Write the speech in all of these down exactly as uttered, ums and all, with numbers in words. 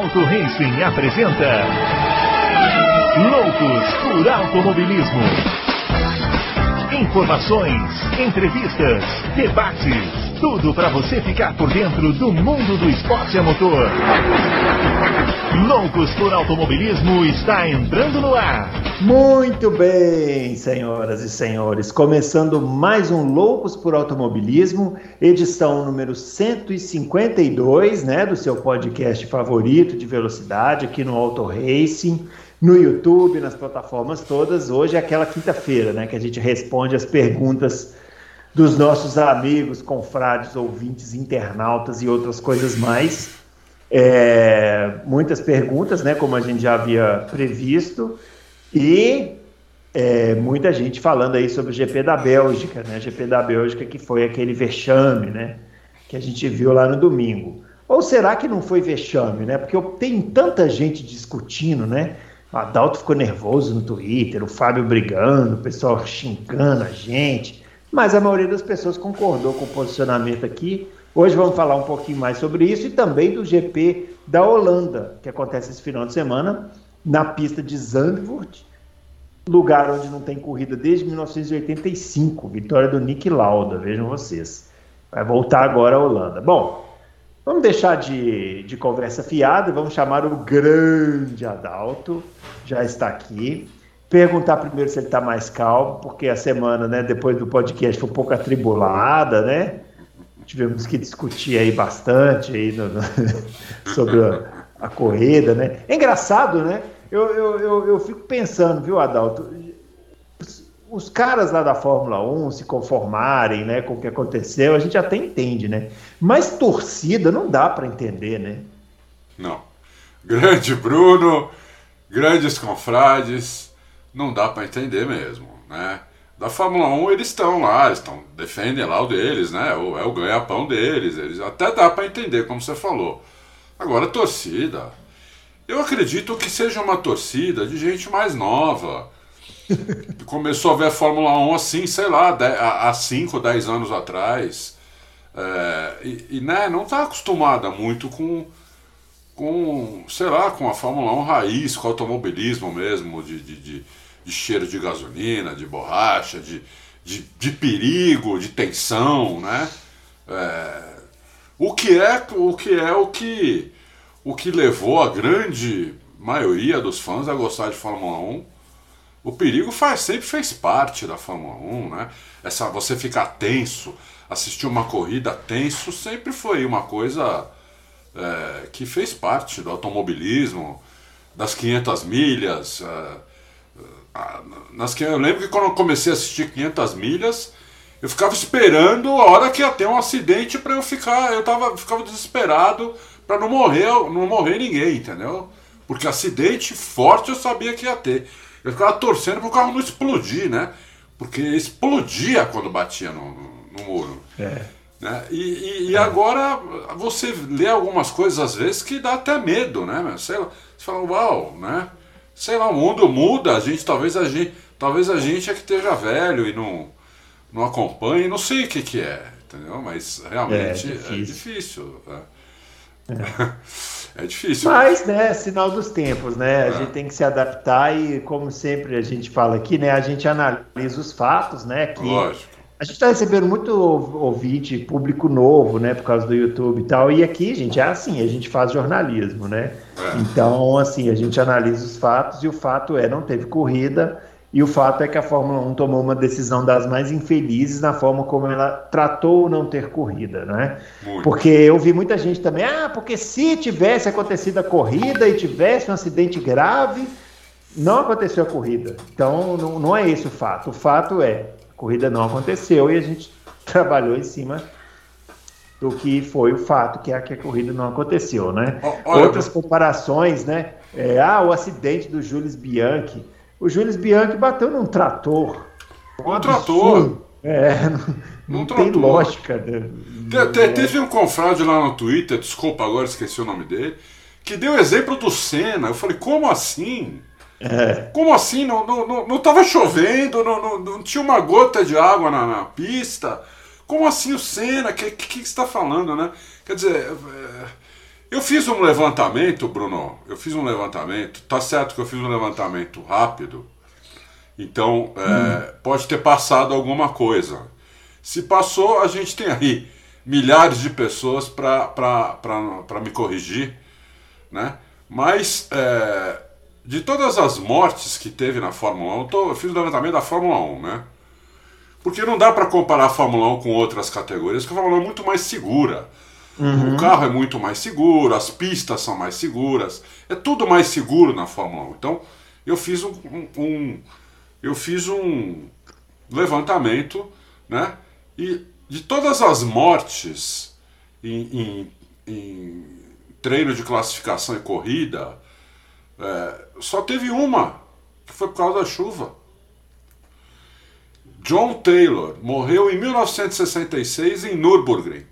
Auto Racing apresenta Loucos por Automobilismo. Informações, entrevistas, debates, tudo para você ficar por dentro do mundo do esporte a motor. Loucos por Automobilismo está entrando no ar. Muito bem, senhoras e senhores, começando mais um Loucos por Automobilismo, edição número cento e cinquenta e dois, né, do seu podcast favorito de velocidade aqui no Auto Racing, no YouTube, nas plataformas todas. Hoje é aquela quinta-feira, né, que a gente responde as perguntas dos nossos amigos, confrades, ouvintes, internautas e outras coisas mais. É, muitas perguntas, né, como a gente já havia previsto. E é, muita gente falando aí sobre o G P da Bélgica, né? G P da Bélgica que foi aquele vexame, né? Que a gente viu lá no domingo. Ou será que não foi vexame, né? Porque tem tanta gente discutindo, né? O Adalto ficou nervoso no Twitter, o Fábio brigando, o pessoal xingando a gente. Mas a maioria das pessoas concordou com o posicionamento aqui. Hoje vamos falar um pouquinho mais sobre isso e também do G P da Holanda, que acontece esse final de semana, na pista de Zandvoort, lugar onde não tem corrida desde mil novecentos e oitenta e cinco, vitória do Niki Lauda, vejam vocês. Vai voltar agora a Holanda. Bom, vamos deixar de, de conversa fiada e vamos chamar o grande Adalto, já está aqui. Perguntar primeiro se ele está mais calmo, porque a semana, né, depois do podcast foi um pouco atribulada, né? Tivemos que discutir aí bastante aí no, no, sobre a, a corrida, né? É engraçado, né? Eu, eu, eu, eu fico pensando, viu, Adalto? Os, os caras lá da Fórmula um se conformarem, né, com o que aconteceu, a gente até entende, né? Mas torcida não dá para entender, né? Não. Grande Bruno, grandes confrades, não dá para entender mesmo, né? Da Fórmula um eles estão lá, eles estão, defendem lá o deles, né? É o, é o ganha-pão deles, eles até dá para entender, como você falou. Agora, torcida, eu acredito que seja uma torcida de gente mais nova, que começou a ver a Fórmula um assim, sei lá, há cinco, dez anos atrás, é, e, e né, não está acostumada muito com, com, sei lá, com a Fórmula um raiz, com o automobilismo mesmo, de, de, de, de cheiro de gasolina, de borracha, de, de, de perigo, de tensão, né? É, o que é o que é o que o que levou a grande maioria dos fãs a gostar de Fórmula um. O perigo faz, sempre fez parte da Fórmula um, né? Essa, você ficar tenso, assistir uma corrida tenso, sempre foi uma coisa é, que fez parte do automobilismo, das quinhentas milhas. É, nas, eu lembro que quando eu comecei a assistir quinhentas milhas, eu ficava esperando a hora que ia ter um acidente para eu ficar, eu tava, ficava desesperado para não morrer, não morrer ninguém, entendeu? Porque acidente forte eu sabia que ia ter. Eu ficava torcendo para o carro não explodir, né? Porque explodia quando batia no, no, no muro. É. Né? E, e, e é. Agora você lê algumas coisas às vezes que dá até medo, né? Sei lá, você fala, uau, né? Sei lá, o mundo muda, a gente talvez a gente, talvez a gente é que esteja velho e não, não acompanhe, não sei o que, que é, entendeu? Mas realmente é difícil. É difícil, né? É. É difícil. Mas, né, sinal dos tempos, né? A é. gente tem que se adaptar e, como sempre a gente fala aqui, né? A gente analisa os fatos, né? Que Lógico. A gente está recebendo muito ouvinte, público novo, né? Por causa do YouTube e tal. E aqui, gente, é assim, a gente faz jornalismo, né? É. Então, assim, a gente analisa os fatos e o fato é, não teve corrida. E o fato é que a Fórmula um tomou uma decisão das mais infelizes na forma como ela tratou não ter corrida, né? Muito. Porque eu vi muita gente também, ah, porque se tivesse acontecido a corrida e tivesse um acidente grave, não aconteceu a corrida. Então, não, não é esse o fato. O fato é, a corrida não aconteceu e a gente trabalhou em cima do que foi o fato, que é que a corrida não aconteceu, né? Olha, outras comparações, né? É, ah, o acidente do Jules Bianchi. O Jules Bianchi bateu num trator. Um trator? É, não, não tem lógica. Né? Te, te, teve um confrade lá no Twitter, desculpa, agora esqueci o nome dele, que deu exemplo do Senna. Eu falei, como assim? É. Como assim? Não, não, não, não tava chovendo, não, não, não tinha uma gota de água na, na pista. Como assim o Senna? O que, que, que você está falando, né? Quer dizer, Eu fiz um levantamento, Bruno, eu fiz um levantamento, tá certo que eu fiz um levantamento rápido, então é, hum. pode ter passado alguma coisa. Se passou, a gente tem aí milhares de pessoas para me corrigir, né? Mas é, de todas as mortes que teve na Fórmula um, eu, tô, eu fiz o levantamento da Fórmula um, né? Porque não dá para comparar a Fórmula um com outras categorias, porque a Fórmula um é muito mais segura. Uhum. O carro é muito mais seguro, as pistas são mais seguras, é tudo mais seguro na Fórmula um. Então, eu fiz um, um, um eu fiz um levantamento, né? E de todas as mortes em, em, em treino de classificação e corrida, é, só teve uma, que foi por causa da chuva. John Taylor morreu em mil novecentos e sessenta e seis em Nürburgring.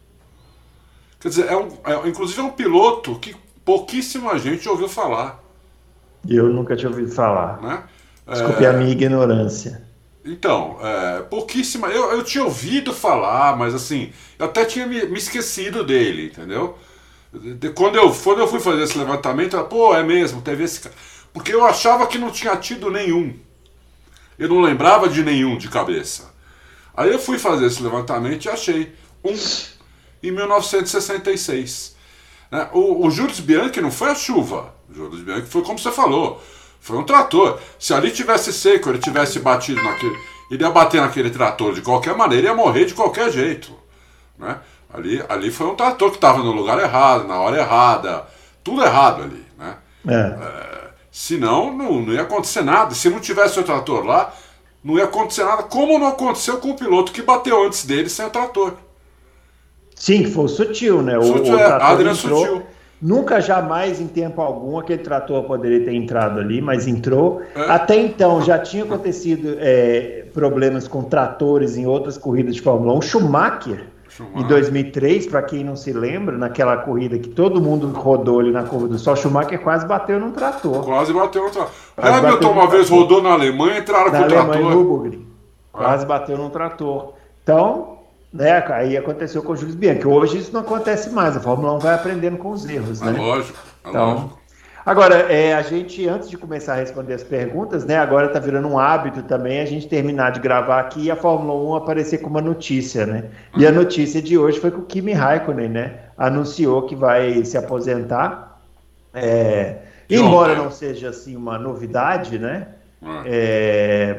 Quer dizer, é um, é, inclusive é um piloto que pouquíssima gente ouviu falar. Eu nunca tinha ouvido falar. Né? Desculpe é, a minha ignorância. Então, é, pouquíssima... Eu, eu tinha ouvido falar, mas assim, eu até tinha me, me esquecido dele, entendeu? De, quando, eu, quando eu fui fazer esse levantamento, eu, pô, é mesmo, teve esse cara. Porque eu achava que não tinha tido nenhum. Eu não lembrava de nenhum de cabeça. Aí eu fui fazer esse levantamento e achei um em mil novecentos e sessenta e seis. Né? O, o Jules Bianchi não foi a chuva. O Jules Bianchi foi como você falou. Foi um trator. Se ali tivesse seco, ele tivesse batido naquele... Ele ia bater naquele trator de qualquer maneira, ia morrer de qualquer jeito. Né? Ali, ali foi um trator que estava no lugar errado, na hora errada. Tudo errado ali. Né? É. É, senão, não, não ia acontecer nada. Se não tivesse o trator lá, não ia acontecer nada. Como não aconteceu com o piloto que bateu antes dele sem o trator. Sim, que foi o Sutil, né? O, Sutil, o é, Adrian entrou, Sutil. Nunca, jamais, em tempo algum, aquele trator poderia ter entrado ali, mas entrou. É. Até então, já tinha acontecido é, problemas com tratores em outras corridas de Fórmula um. Schumacher, Schumacher. Em dois mil e três, para quem não se lembra, naquela corrida que todo mundo rodou ali na curva do Sol, Schumacher quase bateu num trator. Quase bateu no trator. Hamilton uma vez trator. rodou na Alemanha e entraram na com o Alemanha, trator. No Nürburgring. Quase bateu num trator. Então... Né, aí aconteceu com o Jules Bianchi. Hoje isso não acontece mais, a Fórmula um vai aprendendo com os erros, né? É lógico, é então, lógico. Agora, é, a gente, antes de começar a responder as perguntas, né, agora está virando um hábito também a gente terminar de gravar aqui e a Fórmula um aparecer com uma notícia, né? E a notícia de hoje foi que o Kimi Raikkonen, né, anunciou que vai se aposentar. É, embora não seja assim uma novidade, né? É,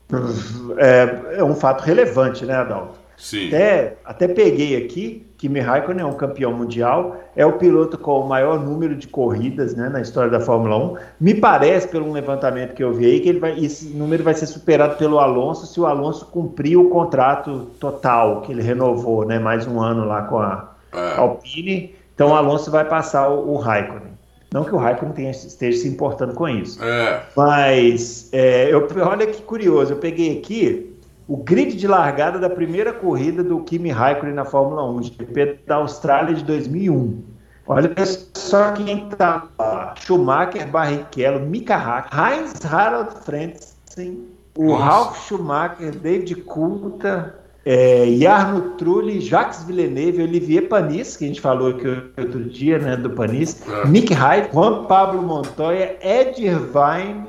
é, é um fato relevante, né, Adalto? Sim. Até, até peguei aqui, Kimi Raikkonen é um campeão mundial, é o piloto com o maior número de corridas, né, na história da Fórmula um. Me parece, pelo um levantamento que eu vi aí, que ele vai, esse número vai ser superado pelo Alonso se o Alonso cumprir o contrato total que ele renovou, né, mais um ano lá com a é. Alpine. Então o Alonso vai passar o, o Raikkonen. Não que o Raikkonen tenha, esteja se importando com isso. É. Mas, é, eu, olha que curioso, eu peguei aqui o grid de largada da primeira corrida do Kimi Raikkonen na Fórmula um, G P da Austrália de dois mil e um. Olha só quem está lá. Schumacher, Barrichello, Mika Hakkinen, Heinz Harald Frentzen, o Nossa. Ralf Schumacher, David Coulthard, é, Jarno Trulli, Jacques Villeneuve, Olivier Panis, que a gente falou aqui outro dia, né, do Panis, é. Nick Heidfeld, Juan Pablo Montoya, Ed Irvine,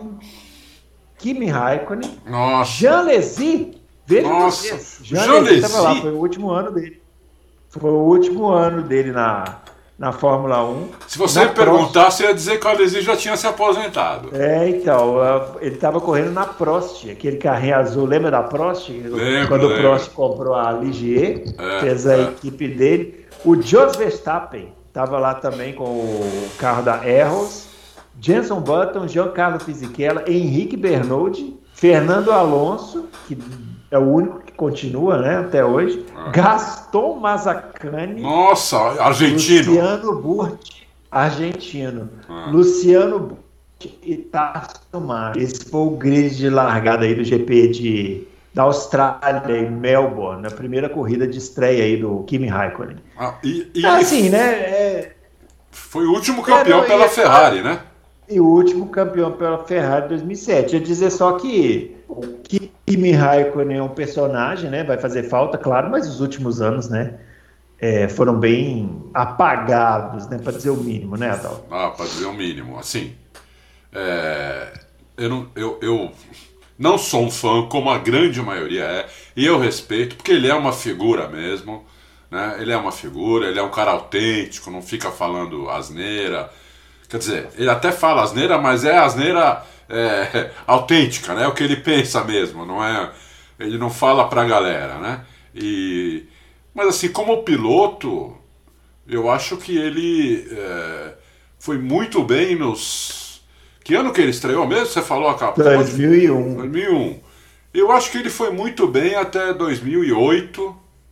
Kimi Raikkonen, Nossa. Jean Alesi. Veja Nossa, vocês, Jean Alesi estava lá, foi o último ano dele. Foi o último ano dele na, na Fórmula um. Se você me perguntar, você ia dizer que o Alesi já tinha se aposentado. É, então, ele estava correndo na Prost, aquele carrinho azul, lembra da Prost? Lembro, Quando lembro. o Prost comprou a Ligier, é, fez a é. equipe dele. O Jos Verstappen estava lá também com o carro da Arrows. Jenson Button, Giancarlo Fisichella, Henrique Bernoldi, Fernando Alonso, que é o único que continua, né, até hoje. Ah. Gaston Mazzacani. Nossa, argentino. Luciano Burti, argentino. Ah. Luciano Burti e Tarso Marques. Esse foi o grid de largada aí do G P de, da Austrália, em Melbourne, na primeira corrida de estreia aí do Kimi Raikkonen. Ah, e, e assim, né? É... Foi o último campeão é, não, pela é... Ferrari, né? E o último campeão pela Ferrari em dois mil e sete. Eu dizer só que o Kimi Raikkonen é um personagem, né? Vai fazer falta, claro, mas os últimos anos, né? é, foram bem apagados, né, para dizer o mínimo, né, Adalto? Ah, para dizer o mínimo. Assim, é, eu, não, eu, eu não sou um fã, como a grande maioria é, e eu respeito, porque ele é uma figura mesmo, né? Ele é uma figura, ele é um cara autêntico, não fica falando asneira. Quer dizer, ele até fala asneira, mas é asneira é, autêntica, né? É o que ele pensa mesmo, não é? Ele não fala pra galera, né? E, mas assim, como piloto, eu acho que ele é, foi muito bem nos... Que ano que ele estreou mesmo? Você falou, Capa? dois mil e um. dois mil e um. Eu acho que ele foi muito bem até dois mil e oito,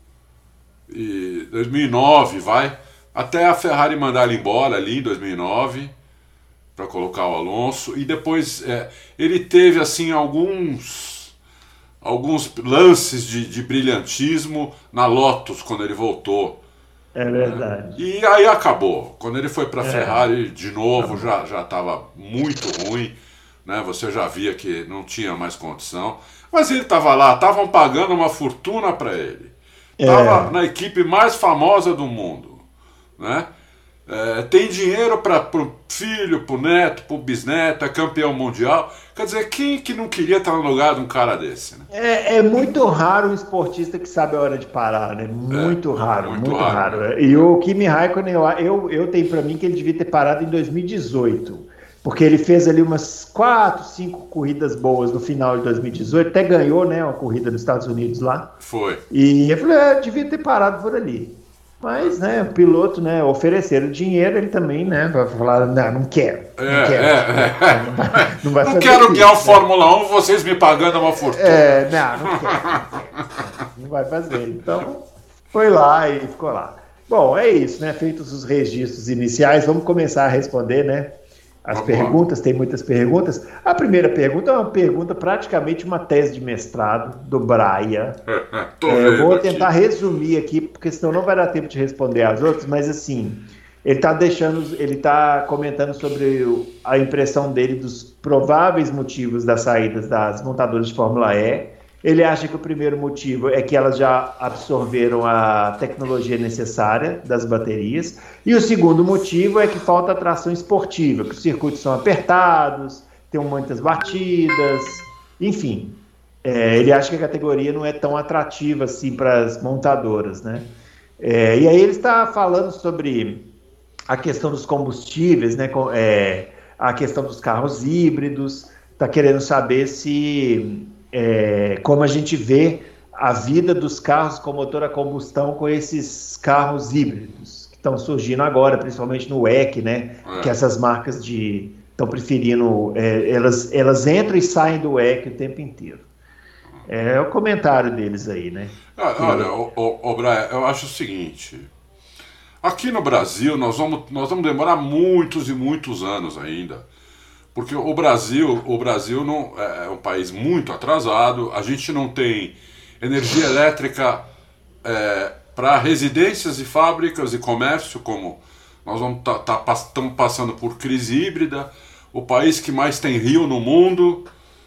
e dois mil e nove, vai... Até a Ferrari mandar ele embora ali em dois mil e nove para colocar o Alonso. E depois é, ele teve assim alguns alguns lances de, de brilhantismo na Lotus quando ele voltou. É verdade. Né? E aí acabou. Quando ele foi para a é. Ferrari de novo, já já estava muito ruim. Né? Você já via que não tinha mais condição. Mas ele estava lá, estavam pagando uma fortuna para ele. Estava é. na equipe mais famosa do mundo. Né? É, tem dinheiro para o filho, para o neto, para o bisneto, é campeão mundial. Quer dizer, quem que não queria estar no lugar de um cara desse? Né? É, é muito raro um esportista que sabe a hora de parar, né? Muito é, raro, muito, muito raro. raro. E o Kimi Raikkonen, eu, eu, eu tenho para mim que ele devia ter parado em dois mil e dezoito, porque ele fez ali umas quatro, cinco corridas boas no final de dois mil e dezoito, até ganhou, né, uma corrida nos Estados Unidos lá. Foi. E eu falei, é, devia ter parado por ali. Mas, né, o piloto, né, ofereceram dinheiro, ele também, né, vai falar, não, não quero, não é, quero. É, é. Não, vai, não, vai não fazer quero isso, guiar o né? Fórmula um, vocês me pagando uma fortuna. É, não, não quero. Não vai fazer. Então, foi lá e ficou lá. Bom, é isso, né, feitos os registros iniciais, vamos começar a responder, né, as vamos perguntas, lá. Tem muitas perguntas. A primeira pergunta é uma pergunta, praticamente uma tese de mestrado do Braia. é, eu vou tentar aqui. resumir aqui, porque senão não vai dar tempo de responder as outras, mas assim, ele está deixando, ele está comentando sobre a impressão dele dos prováveis motivos das saídas das montadoras de Fórmula E. Ele acha que o primeiro motivo é que elas já absorveram a tecnologia necessária das baterias. E o segundo motivo é que falta atração esportiva, que os circuitos são apertados, tem muitas batidas, enfim. É, ele acha que a categoria não é tão atrativa assim para as montadoras, né? É, e aí ele está falando sobre a questão dos combustíveis, né? É, a questão dos carros híbridos, está querendo saber se... É, como a gente vê a vida dos carros com motor a combustão com esses carros híbridos que estão surgindo agora, principalmente no W E C, né? É. Que essas marcas de estão preferindo, é, elas, elas entram e saem do W E C o tempo inteiro. É o comentário deles aí, né? Ah, olha, o, o, o Brian, eu acho o seguinte: aqui no Brasil nós vamos, nós vamos demorar muitos e muitos anos ainda. Porque o Brasil, o Brasil não, é um país muito atrasado, a gente não tem energia elétrica é, para residências e fábricas e comércio, como nós vamos tá, tá, estamos passando por crise híbrida, o país que mais tem rio no mundo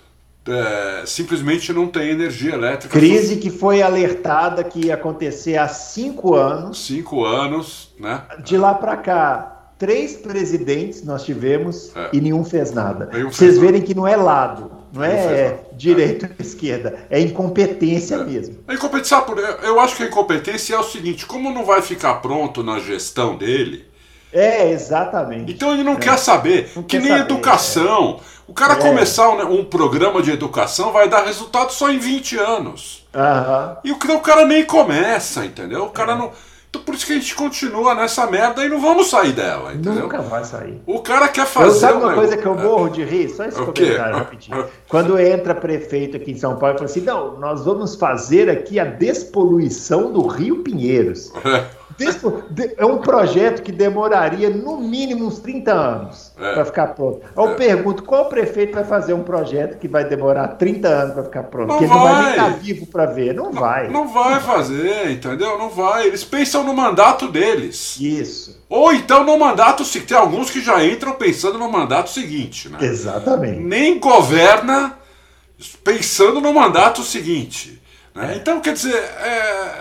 é, simplesmente não tem energia elétrica. Crise que foi alertada que ia acontecer há cinco anos. Cinco anos, né? De lá para cá. Três presidentes nós tivemos é. e nenhum fez nada. Nenhum Vocês fez verem nada. que não é lado, não é direita ou esquerda, é incompetência é. mesmo. A incompetência, eu acho que a incompetência é o seguinte: como não vai ficar pronto na gestão dele. É, exatamente. Então ele não é. quer saber, não que quer nem saber, educação. É. O cara é. começar um, um programa de educação vai dar resultado só em vinte anos. Aham. E o, o cara nem começa, entendeu? O cara é. não. Então por isso que a gente continua nessa merda e não vamos sair dela, entendeu? Nunca vai sair. O cara quer fazer... Eu, sabe uma um coisa que eu morro de rir? Só esse o comentário quê? rapidinho. Quando entra prefeito aqui em São Paulo e fala assim, não, nós vamos fazer aqui a despoluição do Rio Pinheiros. É. É um projeto que demoraria no mínimo uns trinta anos é. para ficar pronto. Eu é. pergunto, qual prefeito vai fazer um projeto que vai demorar trinta anos para ficar pronto? Não Porque vai. ele não vai nem estar vivo para ver. Não, não vai. Não vai fazer, entendeu? Não vai. Eles pensam no mandato deles. Isso. Ou então no mandato seguinte. Tem alguns que já entram pensando no mandato seguinte, né? Exatamente. Nem governa pensando no mandato seguinte. Né? É. Então, quer dizer... É...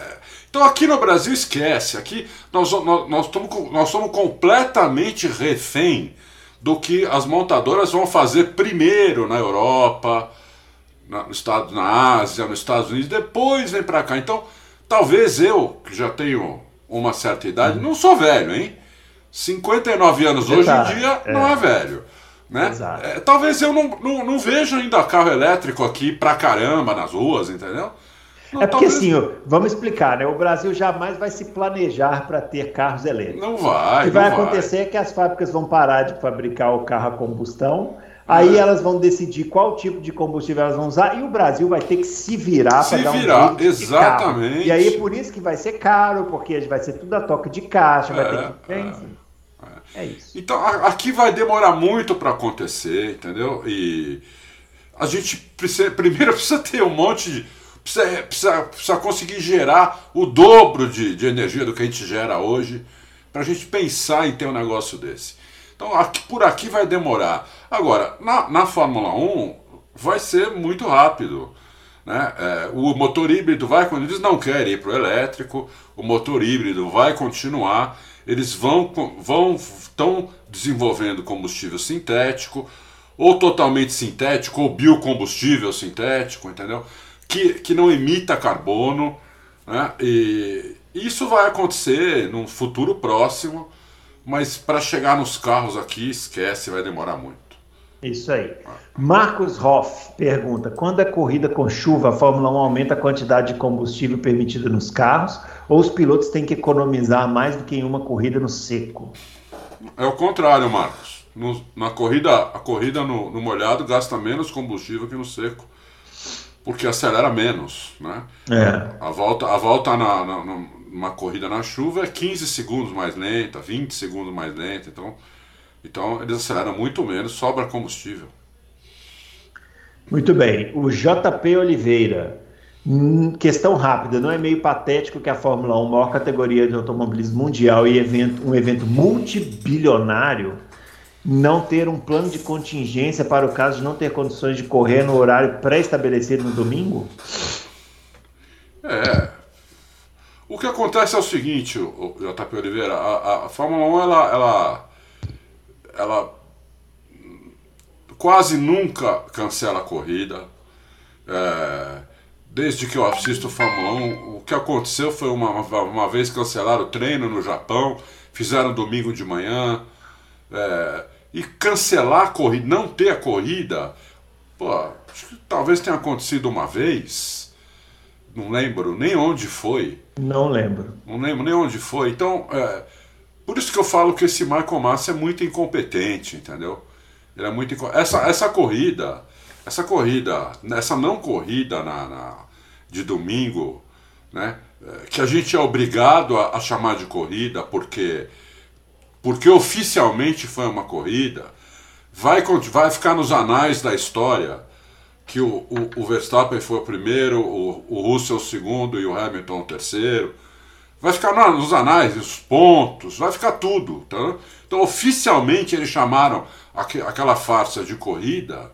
Então aqui no Brasil esquece, aqui nós, nós, nós, estamos, nós somos completamente refém do que as montadoras vão fazer primeiro na Europa, na, no Estado, na Ásia, nos Estados Unidos, depois vem para cá. Então talvez eu, que já tenho uma certa idade, não sou velho, hein? cinquenta e nove anos hoje em dia é. não é velho. Né? É, talvez eu não, não, não veja ainda carro elétrico aqui pra caramba nas ruas, entendeu? Não, é porque talvez... assim, vamos explicar, né? O Brasil jamais vai se planejar para ter carros elétricos. Não vai. O que vai não acontecer vai. é que as fábricas vão parar de fabricar o carro a combustão, aí é. elas vão decidir qual tipo de combustível elas vão usar e o Brasil vai ter que se virar para dar um virar, jeito de exatamente. Carro. E aí é por isso que vai ser caro, porque vai ser tudo a toque de caixa, vai é, ter que... É. Enfim. É isso. Então aqui vai demorar muito para acontecer, entendeu? E a gente precisa, primeiro precisa ter um monte de. Precisa, precisa, precisa conseguir gerar o dobro de, de energia do que a gente gera hoje para a gente pensar em ter um negócio desse. Então aqui, por aqui vai demorar. Agora, na, na Fórmula um vai ser muito rápido. Né? É, o motor híbrido vai, quando eles não querem ir para o elétrico, o motor híbrido vai continuar. Eles vão vão estão desenvolvendo combustível sintético, ou totalmente sintético, ou biocombustível sintético, entendeu? Que, que não emita carbono, né? E isso vai acontecer num futuro próximo, mas para chegar nos carros aqui, esquece, vai demorar muito. Isso aí. Marcos Hoff pergunta: quando é corrida com chuva, a Fórmula um aumenta a quantidade de combustível permitida nos carros ou os pilotos têm que economizar mais do que em uma corrida no seco? É o contrário, Marcos. No, na corrida, a corrida no, no molhado gasta menos combustível que no seco, porque acelera menos, né? É. A volta, a volta na, na, numa corrida na chuva é quinze segundos mais lenta, vinte segundos mais lenta, então... Então eles aceleram muito menos, sobra combustível. Muito bem. O J P Oliveira. Hum, questão rápida. Não é meio patético que a Fórmula um, maior categoria de automobilismo mundial e evento, um evento multibilionário, não ter um plano de contingência para o caso de não ter condições de correr no horário pré-estabelecido no domingo? É. O que acontece é o seguinte, o J P Oliveira. A, a Fórmula um, ela... ela ela quase nunca cancela a corrida. É, desde que eu assisto Fórmula um, o que aconteceu foi uma, uma vez cancelaram o treino no Japão, fizeram domingo de manhã, é, e cancelar a corrida, não ter a corrida, pô, acho que talvez tenha acontecido uma vez, não lembro nem onde foi. Não lembro. Não lembro nem onde foi, então... É, por isso que eu falo que esse Michael Massa é muito incompetente, entendeu? Ele é muito inco... essa, essa corrida, essa corrida, essa não corrida na, na, de domingo, né? Que a gente é obrigado a, a chamar de corrida porque, porque oficialmente foi uma corrida, vai, vai ficar nos anais da história que o, o, o Verstappen foi o primeiro, o, o Russell o segundo e o Hamilton o terceiro. Vai ficar nos anais, os pontos, vai ficar tudo. Tá? Então, oficialmente, eles chamaram aqu aquela farsa de corrida.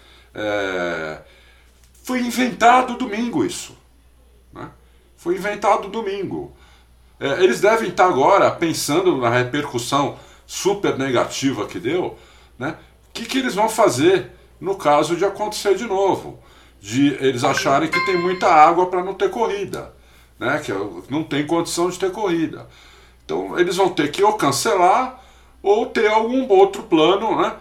É... Foi inventado domingo isso. Né? Foi inventado domingo. É, eles devem estar agora pensando na repercussão super negativa que deu. Né? O que, que eles vão fazer no caso de acontecer de novo? De eles acharem que tem muita água para não ter corrida. Né, que não tem condição de ter corrida. Então eles vão ter que ou cancelar ou ter algum outro plano, né?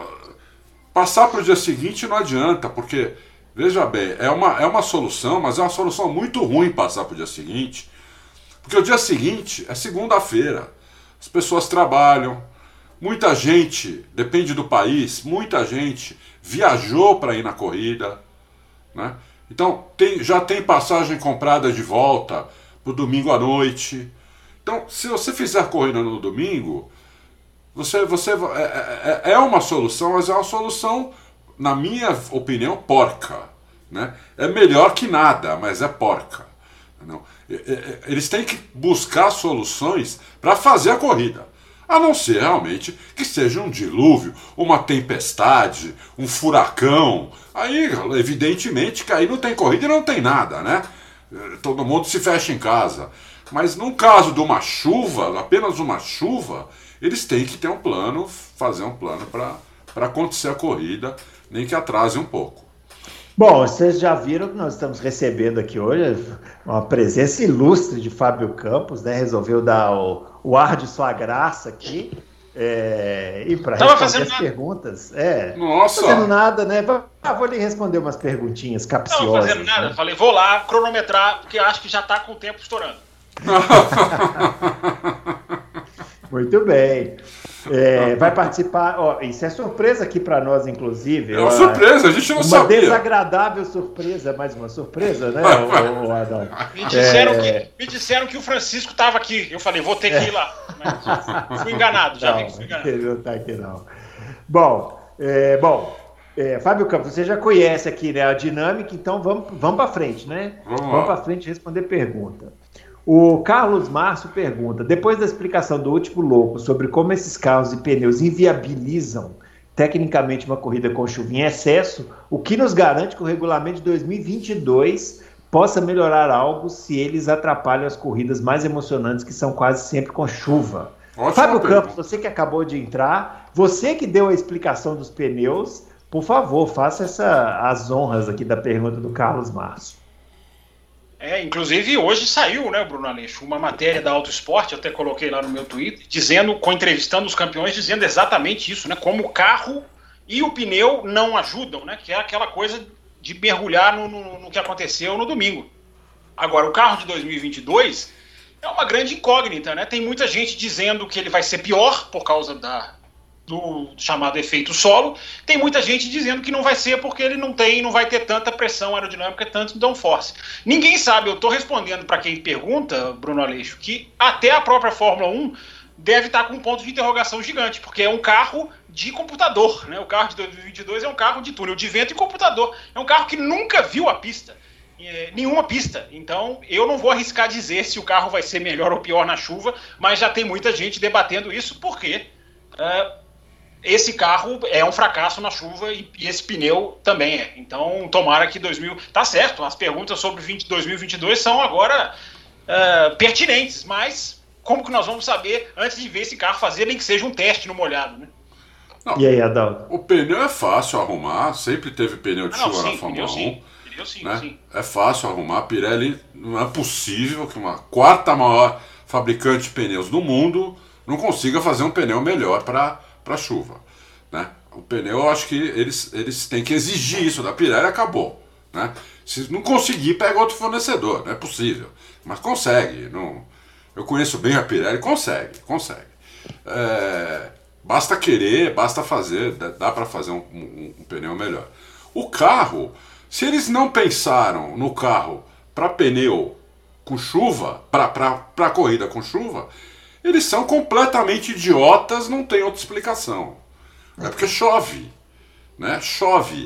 Passar para o dia seguinte não adianta, porque, veja bem, é uma, é uma solução, mas é uma solução muito ruim passar para o dia seguinte, porque o dia seguinte é segunda-feira, as pessoas trabalham, muita gente, depende do país, muita gente viajou para ir na corrida, né? Então, tem, já tem passagem comprada de volta para o domingo à noite. Então, se você fizer corrida no domingo, você, você é, é, é uma solução, mas é uma solução, na minha opinião, porca. Né? É melhor que nada, mas é porca. Não. Eles têm que buscar soluções para fazer a corrida. A não ser realmente que seja um dilúvio, uma tempestade, um furacão. Aí, evidentemente, que aí não tem corrida e não tem nada, né? todo mundo se fecha em casa. Mas no caso de uma chuva, apenas uma chuva, eles têm que ter um plano, fazer um plano para acontecer a corrida, nem que atrase um pouco. Bom, vocês já viram que nós estamos recebendo aqui hoje uma presença ilustre de Fábio Campos, né? Resolveu dar o, o ar de sua graça aqui. É, e para responder as nada. perguntas. É, Nossa! Não fazendo nada, né? Ah, vou lhe responder umas perguntinhas capciosas. Não, fazendo nada. Né? Falei, vou lá cronometrar, porque acho que já está com o tempo estourando. Muito bem. É, vai participar. Ó, isso é surpresa aqui para nós, inclusive. É uma, uma surpresa, a gente não uma sabia. Uma desagradável surpresa, mais uma surpresa, né, o, o Adão? Me disseram, é... que, me disseram que o Francisco estava aqui. Eu falei, vou ter que ir lá. Mas fui enganado, já não, vi que fui enganado. Ele não está aqui, não. Bom, é, bom é, Fábio Campos, você já conhece aqui, né, a dinâmica, então vamos, vamos para frente, né? Vamos, vamos para frente responder pergunta. O Carlos Márcio pergunta, depois da explicação do último louco sobre como esses carros e pneus inviabilizam tecnicamente uma corrida com chuva em excesso, o que nos garante que o regulamento de dois mil e vinte e dois possa melhorar algo se eles atrapalham as corridas mais emocionantes, que são quase sempre com chuva? Ótimo, Fábio pergunta. Campos, você que acabou de entrar, você que deu a explicação dos pneus, por favor, faça essa, as honras aqui da pergunta do Carlos Márcio. É, inclusive hoje saiu, né, Bruno Aleixo, uma matéria da Auto Esporte, eu até coloquei lá no meu Twitter, dizendo, com entrevistando os campeões, dizendo exatamente isso, né, como o carro e o pneu não ajudam, né, que é aquela coisa de mergulhar no, no, no que aconteceu no domingo. Agora, o carro de dois mil e vinte e dois é uma grande incógnita, né, tem muita gente dizendo que ele vai ser pior por causa da... do chamado efeito solo, tem muita gente dizendo que não vai ser porque ele não tem, não vai ter tanta pressão aerodinâmica, tanto downforce. Ninguém sabe, eu estou respondendo para quem pergunta, Bruno Aleixo, que até a própria Fórmula um deve estar com um ponto de interrogação gigante, porque é um carro de computador, né? O carro de dois mil e vinte e dois é um carro de túnel de vento e computador, é um carro que nunca viu a pista, é, nenhuma pista, então eu não vou arriscar dizer se o carro vai ser melhor ou pior na chuva, mas já tem muita gente debatendo isso, porque... Uh, esse carro é um fracasso na chuva e, e esse pneu também é. Então, tomara que dois mil... Tá certo, as perguntas sobre dois mil e vinte e dois são agora uh, pertinentes, mas como que nós vamos saber antes de ver esse carro fazer, nem que seja um teste no molhado, né? Não, e aí, Adalto? O pneu é fácil arrumar, sempre teve pneu de ah, não, chuva sim, na Fórmula pneu, um. Sim. Pneu, sim, né? sim. É fácil arrumar. A Pirelli não é possível que uma quarta maior fabricante de pneus do mundo não consiga fazer um pneu melhor para para chuva, né? O pneu, eu acho que eles, eles têm que exigir isso da Pirelli e acabou, né? Se não conseguir, pega outro fornecedor, não é possível, mas consegue. Não... Eu conheço bem a Pirelli, consegue, consegue. É... Basta querer, basta fazer, dá para fazer um, um, um pneu melhor. O carro, se eles não pensaram no carro para pneu com chuva, para corrida com chuva, eles são completamente idiotas, não tem outra explicação. É porque chove, né? Chove.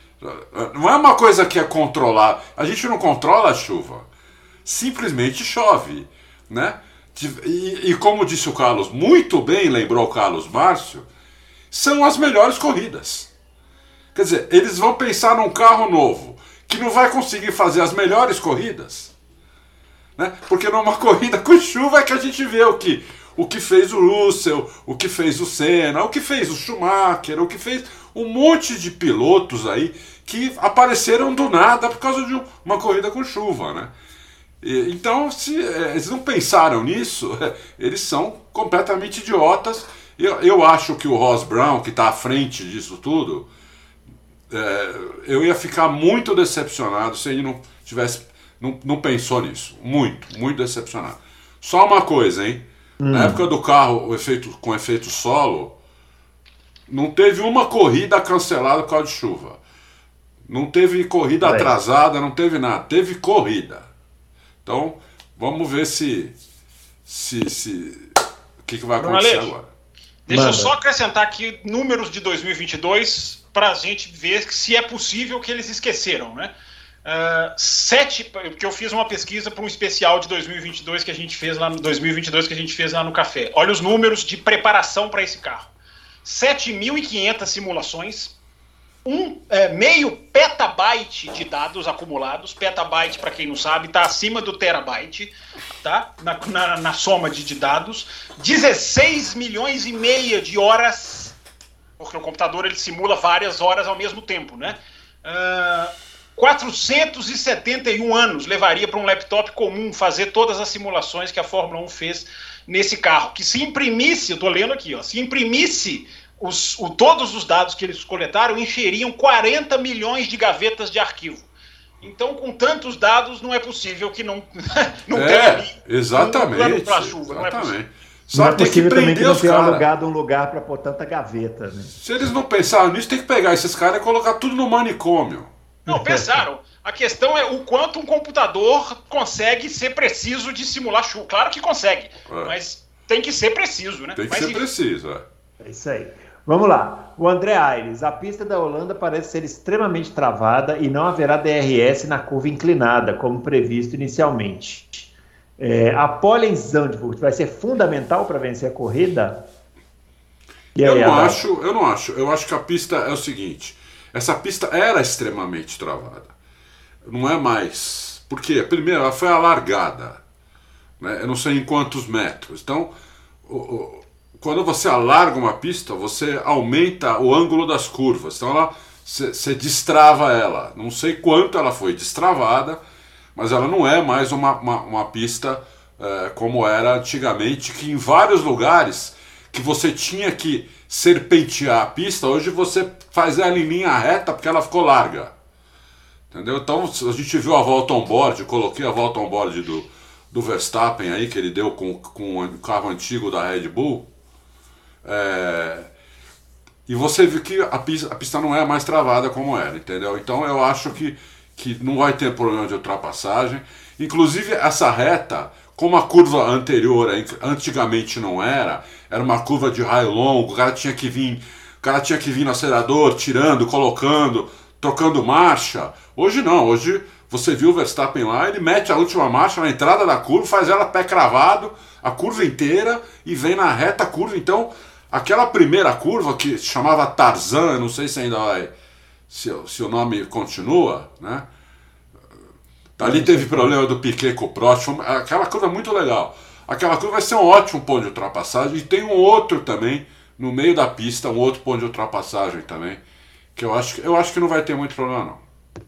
Não é uma coisa que é controlar. A gente não controla a chuva. Simplesmente chove, né? E, e como disse o Carlos, muito bem lembrou o Carlos Márcio, são as melhores corridas. Quer dizer, eles vão pensar num carro novo que não vai conseguir fazer as melhores corridas, né? Porque numa corrida com chuva é que a gente vê o que, o que fez o Russell, o que fez o Senna, o que fez o Schumacher, o que fez um monte de pilotos aí que apareceram do nada por causa de uma corrida com chuva, né? E, então, se é, eles não pensaram nisso, é, eles são completamente idiotas. Eu, eu acho que o Ross Brown, que está à frente disso tudo, é, eu ia ficar muito decepcionado se ele não tivesse... Não, não pensou nisso. Muito, muito decepcionado. Só uma coisa, hein? Hum. Na época do carro o efeito, com efeito solo, não teve uma corrida cancelada por causa de chuva. Não teve corrida é. atrasada, não teve nada. Teve corrida. Então, vamos ver se... se, se o que, que vai acontecer Bruno agora. Deixa Manda. eu só acrescentar aqui números de dois mil e vinte e dois para a gente ver se é possível que eles esqueceram, né? Uh, sete, porque eu fiz uma pesquisa para um especial de dois mil e vinte e dois que a gente fez lá no dois mil e vinte e dois que a gente fez lá no Café. Olha os números de preparação para esse carro: sete mil e quinhentas simulações, um é, meio petabyte de dados acumulados. Petabyte, para quem não sabe, está acima do terabyte, tá? Na, na, na soma de, de dados. dezesseis milhões e meia de horas, porque o computador ele simula várias horas ao mesmo tempo, né? Uh, quatrocentos e setenta e um anos levaria para um laptop comum fazer todas as simulações que a Fórmula um fez nesse carro. Que se imprimisse, eu estou lendo aqui, ó, se imprimisse os, o, todos os dados que eles coletaram, encheriam quarenta milhões de gavetas de arquivo. Então, com tantos dados, não é possível que não, não é, tenha ali exatamente, um plano para a chuva. Exatamente. Não é possível. Só não é possível que também que não tenha cara. alugado um lugar para pôr tanta gaveta. Né? Se eles não pensaram nisso, tem que pegar esses caras e colocar tudo no manicômio. Não, pensaram. A questão é o quanto um computador consegue ser preciso de simular chuva. Claro que consegue, é. mas tem que ser preciso, né? Tem que mas, ser enfim. preciso, é. É isso aí. Vamos lá. O André Aires. A pista da Holanda parece ser extremamente travada e não haverá D R S na curva inclinada, como previsto inicialmente. É, a pole em Zandvoort vai ser fundamental para vencer a corrida? E eu aí, não acho, eu não acho. Eu acho que a pista é o seguinte. Essa pista era extremamente travada. Não é mais. Por quê? Primeiro, ela foi alargada. Né? Eu não sei em quantos metros. Então, o, o, quando você alarga uma pista, você aumenta o ângulo das curvas. Então, você destrava ela. Não sei quanto ela foi destravada, mas ela não é mais uma, uma, uma pista é, como era antigamente, que em vários lugares que você tinha que serpentear a pista, hoje você faz ela em linha reta porque ela ficou larga. Entendeu? Então a gente viu a volta on-board, eu coloquei a volta on-board do, do Verstappen aí, que ele deu com, com o carro antigo da Red Bull. É, e você viu que a pista, a pista não é mais travada como era, entendeu? Então eu acho que, que não vai ter problema de ultrapassagem. Inclusive essa reta, como a curva anterior antigamente não era, era uma curva de raio longo, o cara tinha que vir, o cara tinha que vir no acelerador, tirando, colocando, trocando marcha. Hoje não, hoje você viu o Verstappen lá, ele mete a última marcha na entrada da curva, faz ela pé cravado, a curva inteira, e vem na reta curva. Então, aquela primeira curva que se chamava Tarzan, não sei se ainda vai, se, se o nome continua, né? Ali teve problema do Piquet com o Prost, aquela curva é muito legal. Aquela curva vai ser um ótimo ponto de ultrapassagem, e tem um outro também, no meio da pista, um outro ponto de ultrapassagem também, que eu acho, eu acho que não vai ter muito problema não.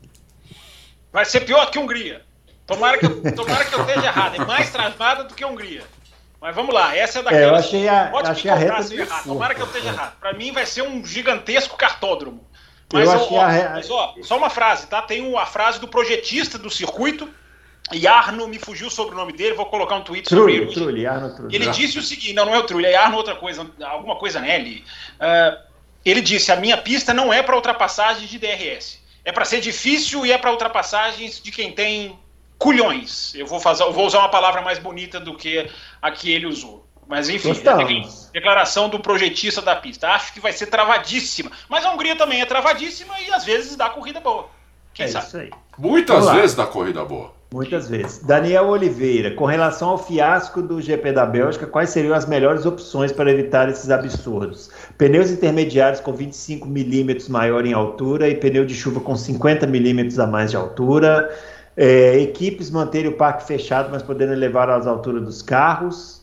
Vai ser pior que a Hungria. Tomara que, eu, tomara que eu esteja errado, é mais travada do que a Hungria. Mas vamos lá, essa é daquelas... É, eu achei a, pode achei me a reta se eu errar, tomara que eu esteja errado. Para mim vai ser um gigantesco cartódromo. Mas, eu ó, achei ó, a... mas ó, só uma frase, tá? Tem a frase do projetista do circuito, Jarno, me fugiu sobre o nome dele, vou colocar um tweet Trulli, sobre ele. Trulli, Jarno Trulli. Ele disse o seguinte, não, não é o Trulli, é Jarno outra coisa, alguma coisa nele. Uh, ele disse, a minha pista não é para ultrapassagem de D R S. É para ser difícil e é para ultrapassagens de quem tem culhões. Eu vou, fazer, eu vou usar uma palavra mais bonita do que a que ele usou. Mas enfim, Gostamos. Declaração do projetista da pista. Acho que vai ser travadíssima. Mas a Hungria também é travadíssima e às vezes dá corrida boa. Quem é sabe? Isso aí. Muitas vezes dá corrida boa. Muitas vezes. Daniel Oliveira, com relação ao fiasco do G P da Bélgica, quais seriam as melhores opções para evitar esses absurdos? Pneus intermediários com vinte e cinco milímetros maior em altura e pneu de chuva com cinquenta milímetros a mais de altura. É, equipes manterem o parque fechado, mas podendo levar às alturas dos carros.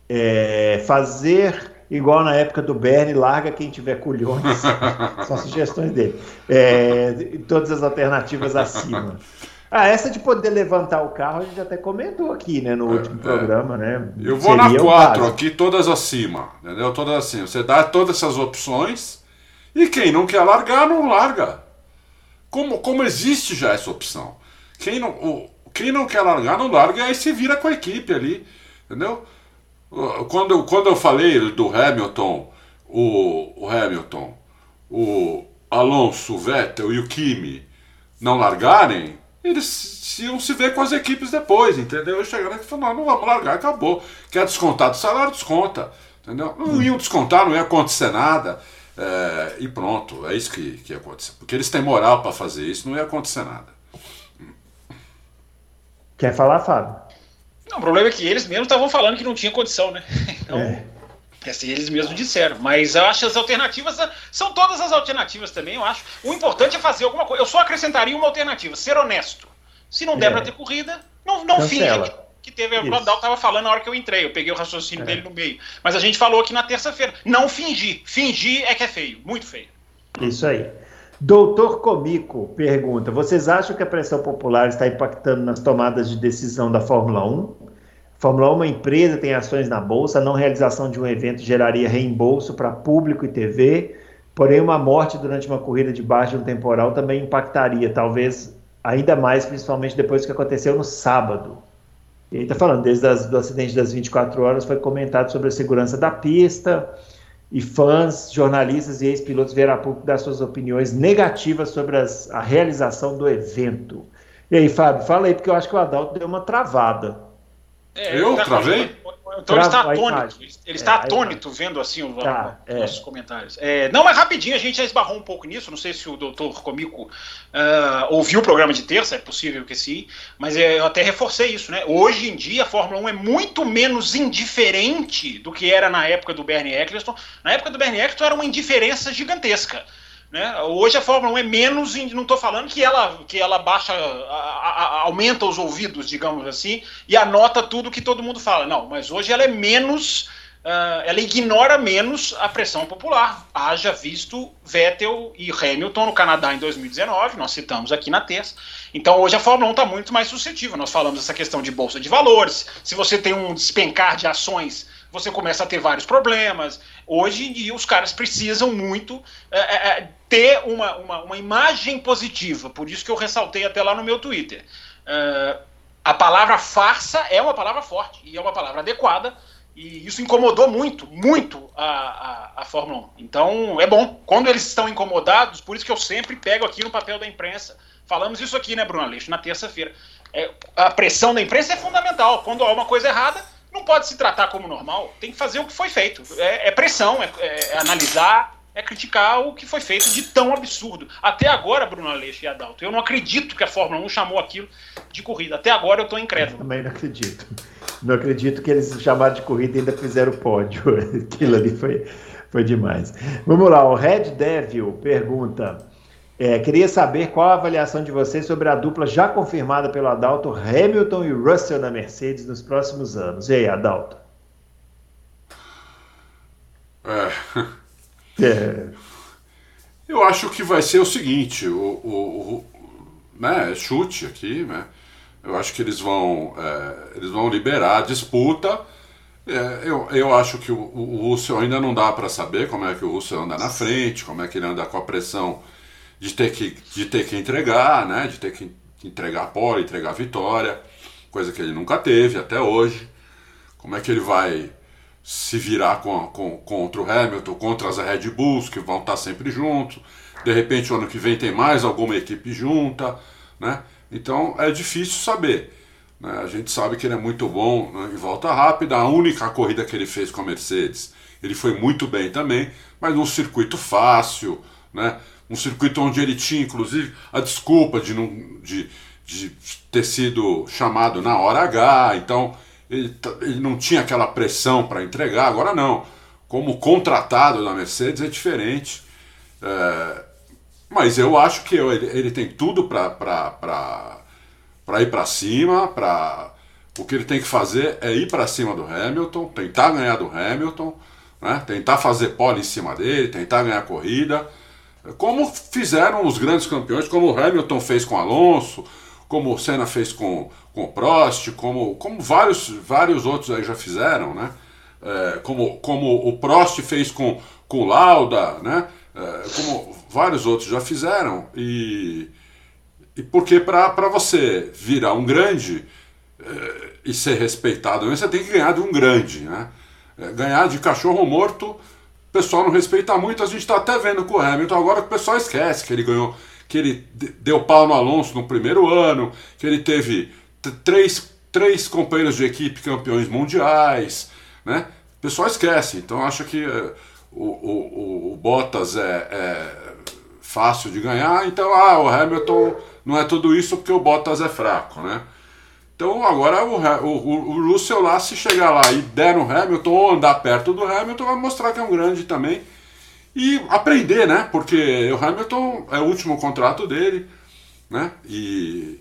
É, fazer igual na época do Bernie, larga quem tiver culhões. São sugestões dele. É, todas as alternativas acima. Ah, essa de poder levantar o carro a gente até comentou aqui, né, no último é, programa, é. né? Eu vou Seria na quatro aqui, todas acima, entendeu? Todas acima. Você dá todas essas opções e quem não quer largar, não larga. Como, como existe já essa opção. Quem não, o, quem não quer largar, não larga, e aí se vira com a equipe ali, entendeu? Quando eu, quando eu falei do Hamilton, o, o Hamilton, o Alonso, o Vettel e o Kimi não largarem, eles iam se ver com as equipes depois, entendeu? Eu chegaram aqui e falaram, não, não vamos largar, acabou. Quer descontar do salário, desconta, entendeu? Não iam descontar, não ia acontecer nada, é, e pronto, é isso que, que ia acontecer. Porque eles têm moral para fazer isso, não ia acontecer nada. Quer falar, Fábio? Não, o problema é que eles mesmos estavam falando que não tinha condição, né? Então, é. Assim, eles mesmos disseram, mas eu acho que as alternativas são todas as alternativas também, eu acho. O importante é fazer alguma coisa. Eu só acrescentaria uma alternativa, ser honesto. Se não der é. para ter corrida, não, não finja que, que teve. O Adalto estava falando na hora que eu entrei, eu peguei o raciocínio é. dele no meio. Mas a gente falou aqui na terça-feira. Não fingir. Fingir é que é feio, muito feio. Isso aí. Doutor Comico pergunta: vocês acham que a pressão popular está impactando nas tomadas de decisão da Fórmula um? Fórmula um é uma empresa, tem ações na bolsa, a não realização de um evento geraria reembolso para público e T V, porém uma morte durante uma corrida debaixo de um temporal também impactaria, talvez ainda mais, principalmente depois do que aconteceu no sábado. E ele está falando, desde as, do acidente das vinte e quatro horas, foi comentado sobre a segurança da pista, e fãs, jornalistas e ex-pilotos vieram a público dar suas opiniões negativas sobre as, a realização do evento. E aí, Fábio, fala aí, porque eu acho que o Adalto deu uma travada. É, eu travei? Então ele está atônito, ele está é, atônito vendo assim os tá, nossos é. comentários. É, não, mas rapidinho, a gente já esbarrou um pouco nisso, não sei se o doutor Comico uh, ouviu o programa de terça, é possível que sim, mas eu até reforcei isso, né? Hoje em dia a Fórmula um é muito menos indiferente do que era na época do Bernie Eccleston. Na época do Bernie Eccleston era uma indiferença gigantesca. Né? Hoje a Fórmula um é menos, não estou falando que ela, que ela baixa, a, a, aumenta os ouvidos, digamos assim, e anota tudo que todo mundo fala. Não, mas hoje ela é menos, uh, ela ignora menos a pressão popular. Haja visto Vettel e Hamilton no Canadá em dois mil e dezenove, nós citamos aqui na terça. Então hoje a Fórmula um está muito mais suscetível. Nós falamos dessa questão de bolsa de valores, se você tem um despencar de ações, você começa a ter vários problemas. Hoje em dia os caras precisam muito é, é, ter uma, uma, uma imagem positiva, por isso que eu ressaltei até lá no meu Twitter. É, a palavra farsa é uma palavra forte e é uma palavra adequada, e isso incomodou muito, muito a, a, a Fórmula um. Então é bom, quando eles estão incomodados, por isso que eu sempre pego aqui no papel da imprensa. Falamos isso aqui, né, Bruno Aleixo, na terça-feira. É, a pressão da imprensa é fundamental. Quando há uma coisa errada, não pode se tratar como normal, tem que fazer o que foi feito. É, é pressão, é, é analisar, é criticar o que foi feito de tão absurdo. Até agora, Bruno Aleixo e Adalto, eu não acredito que a Fórmula um chamou aquilo de corrida. Até agora eu estou incrédulo. Eu também não acredito. Não acredito que eles chamaram de corrida e ainda fizeram o pódio. Aquilo ali foi, foi demais. Vamos lá, o Red Devil pergunta... É, queria saber qual a avaliação de vocês sobre a dupla já confirmada pelo Adalto, Hamilton e Russell na Mercedes nos próximos anos. E aí, Adalto? É. É. Eu acho que vai ser o seguinte, o, o, o né, chute aqui, né? Eu acho que eles vão, é, eles vão liberar a disputa. É, eu, eu acho que o, o Russell ainda não dá para saber como é que o Russell anda na frente, como é que ele anda com a pressão de ter que, de ter que entregar, né? De ter que entregar a pole, entregar a vitória, coisa que ele nunca teve até hoje. Como é que ele vai se virar com, com, contra o Hamilton, contra as Red Bulls, que vão estar sempre juntos. De repente, o ano que vem tem mais alguma equipe junta, né? Então, é difícil saber. Né? A gente sabe que ele é muito bom, né, em volta rápida. A única corrida que ele fez com a Mercedes, ele foi muito bem também, mas num circuito fácil, né? Um circuito onde ele tinha, inclusive, a desculpa de, não, de, de ter sido chamado na hora H, então ele, ele não tinha aquela pressão para entregar. Agora não, como contratado da Mercedes é diferente, é, mas eu acho que ele, ele tem tudo para ir para cima, pra, o que ele tem que fazer é ir para cima do Hamilton, tentar ganhar do Hamilton, né, tentar fazer pole em cima dele, tentar ganhar a corrida, como fizeram os grandes campeões, como o Hamilton fez com o Alonso, como o Senna fez com, com o Prost, como, como vários, vários outros aí já fizeram, né? É, como, como o Prost fez com, com o Lauda, né? É, como vários outros já fizeram. E, e porque para você virar um grande é, e ser respeitado, você tem que ganhar de um grande, né? É, ganhar de cachorro morto, o pessoal não respeita muito. A gente está até vendo com o Hamilton agora que o pessoal esquece que ele ganhou, que ele deu pau no Alonso no primeiro ano, que ele teve três, três companheiros de equipe campeões mundiais, né? O pessoal esquece, então acha que uh, o, o, o Bottas é, é fácil de ganhar, então ah, o Hamilton não é tudo isso porque o Bottas é fraco, né? Então agora o, o, o Russell lá, se chegar lá e der no Hamilton ou andar perto do Hamilton, vai mostrar que é um grande também. E aprender, né? Porque o Hamilton é o último contrato dele, né? E,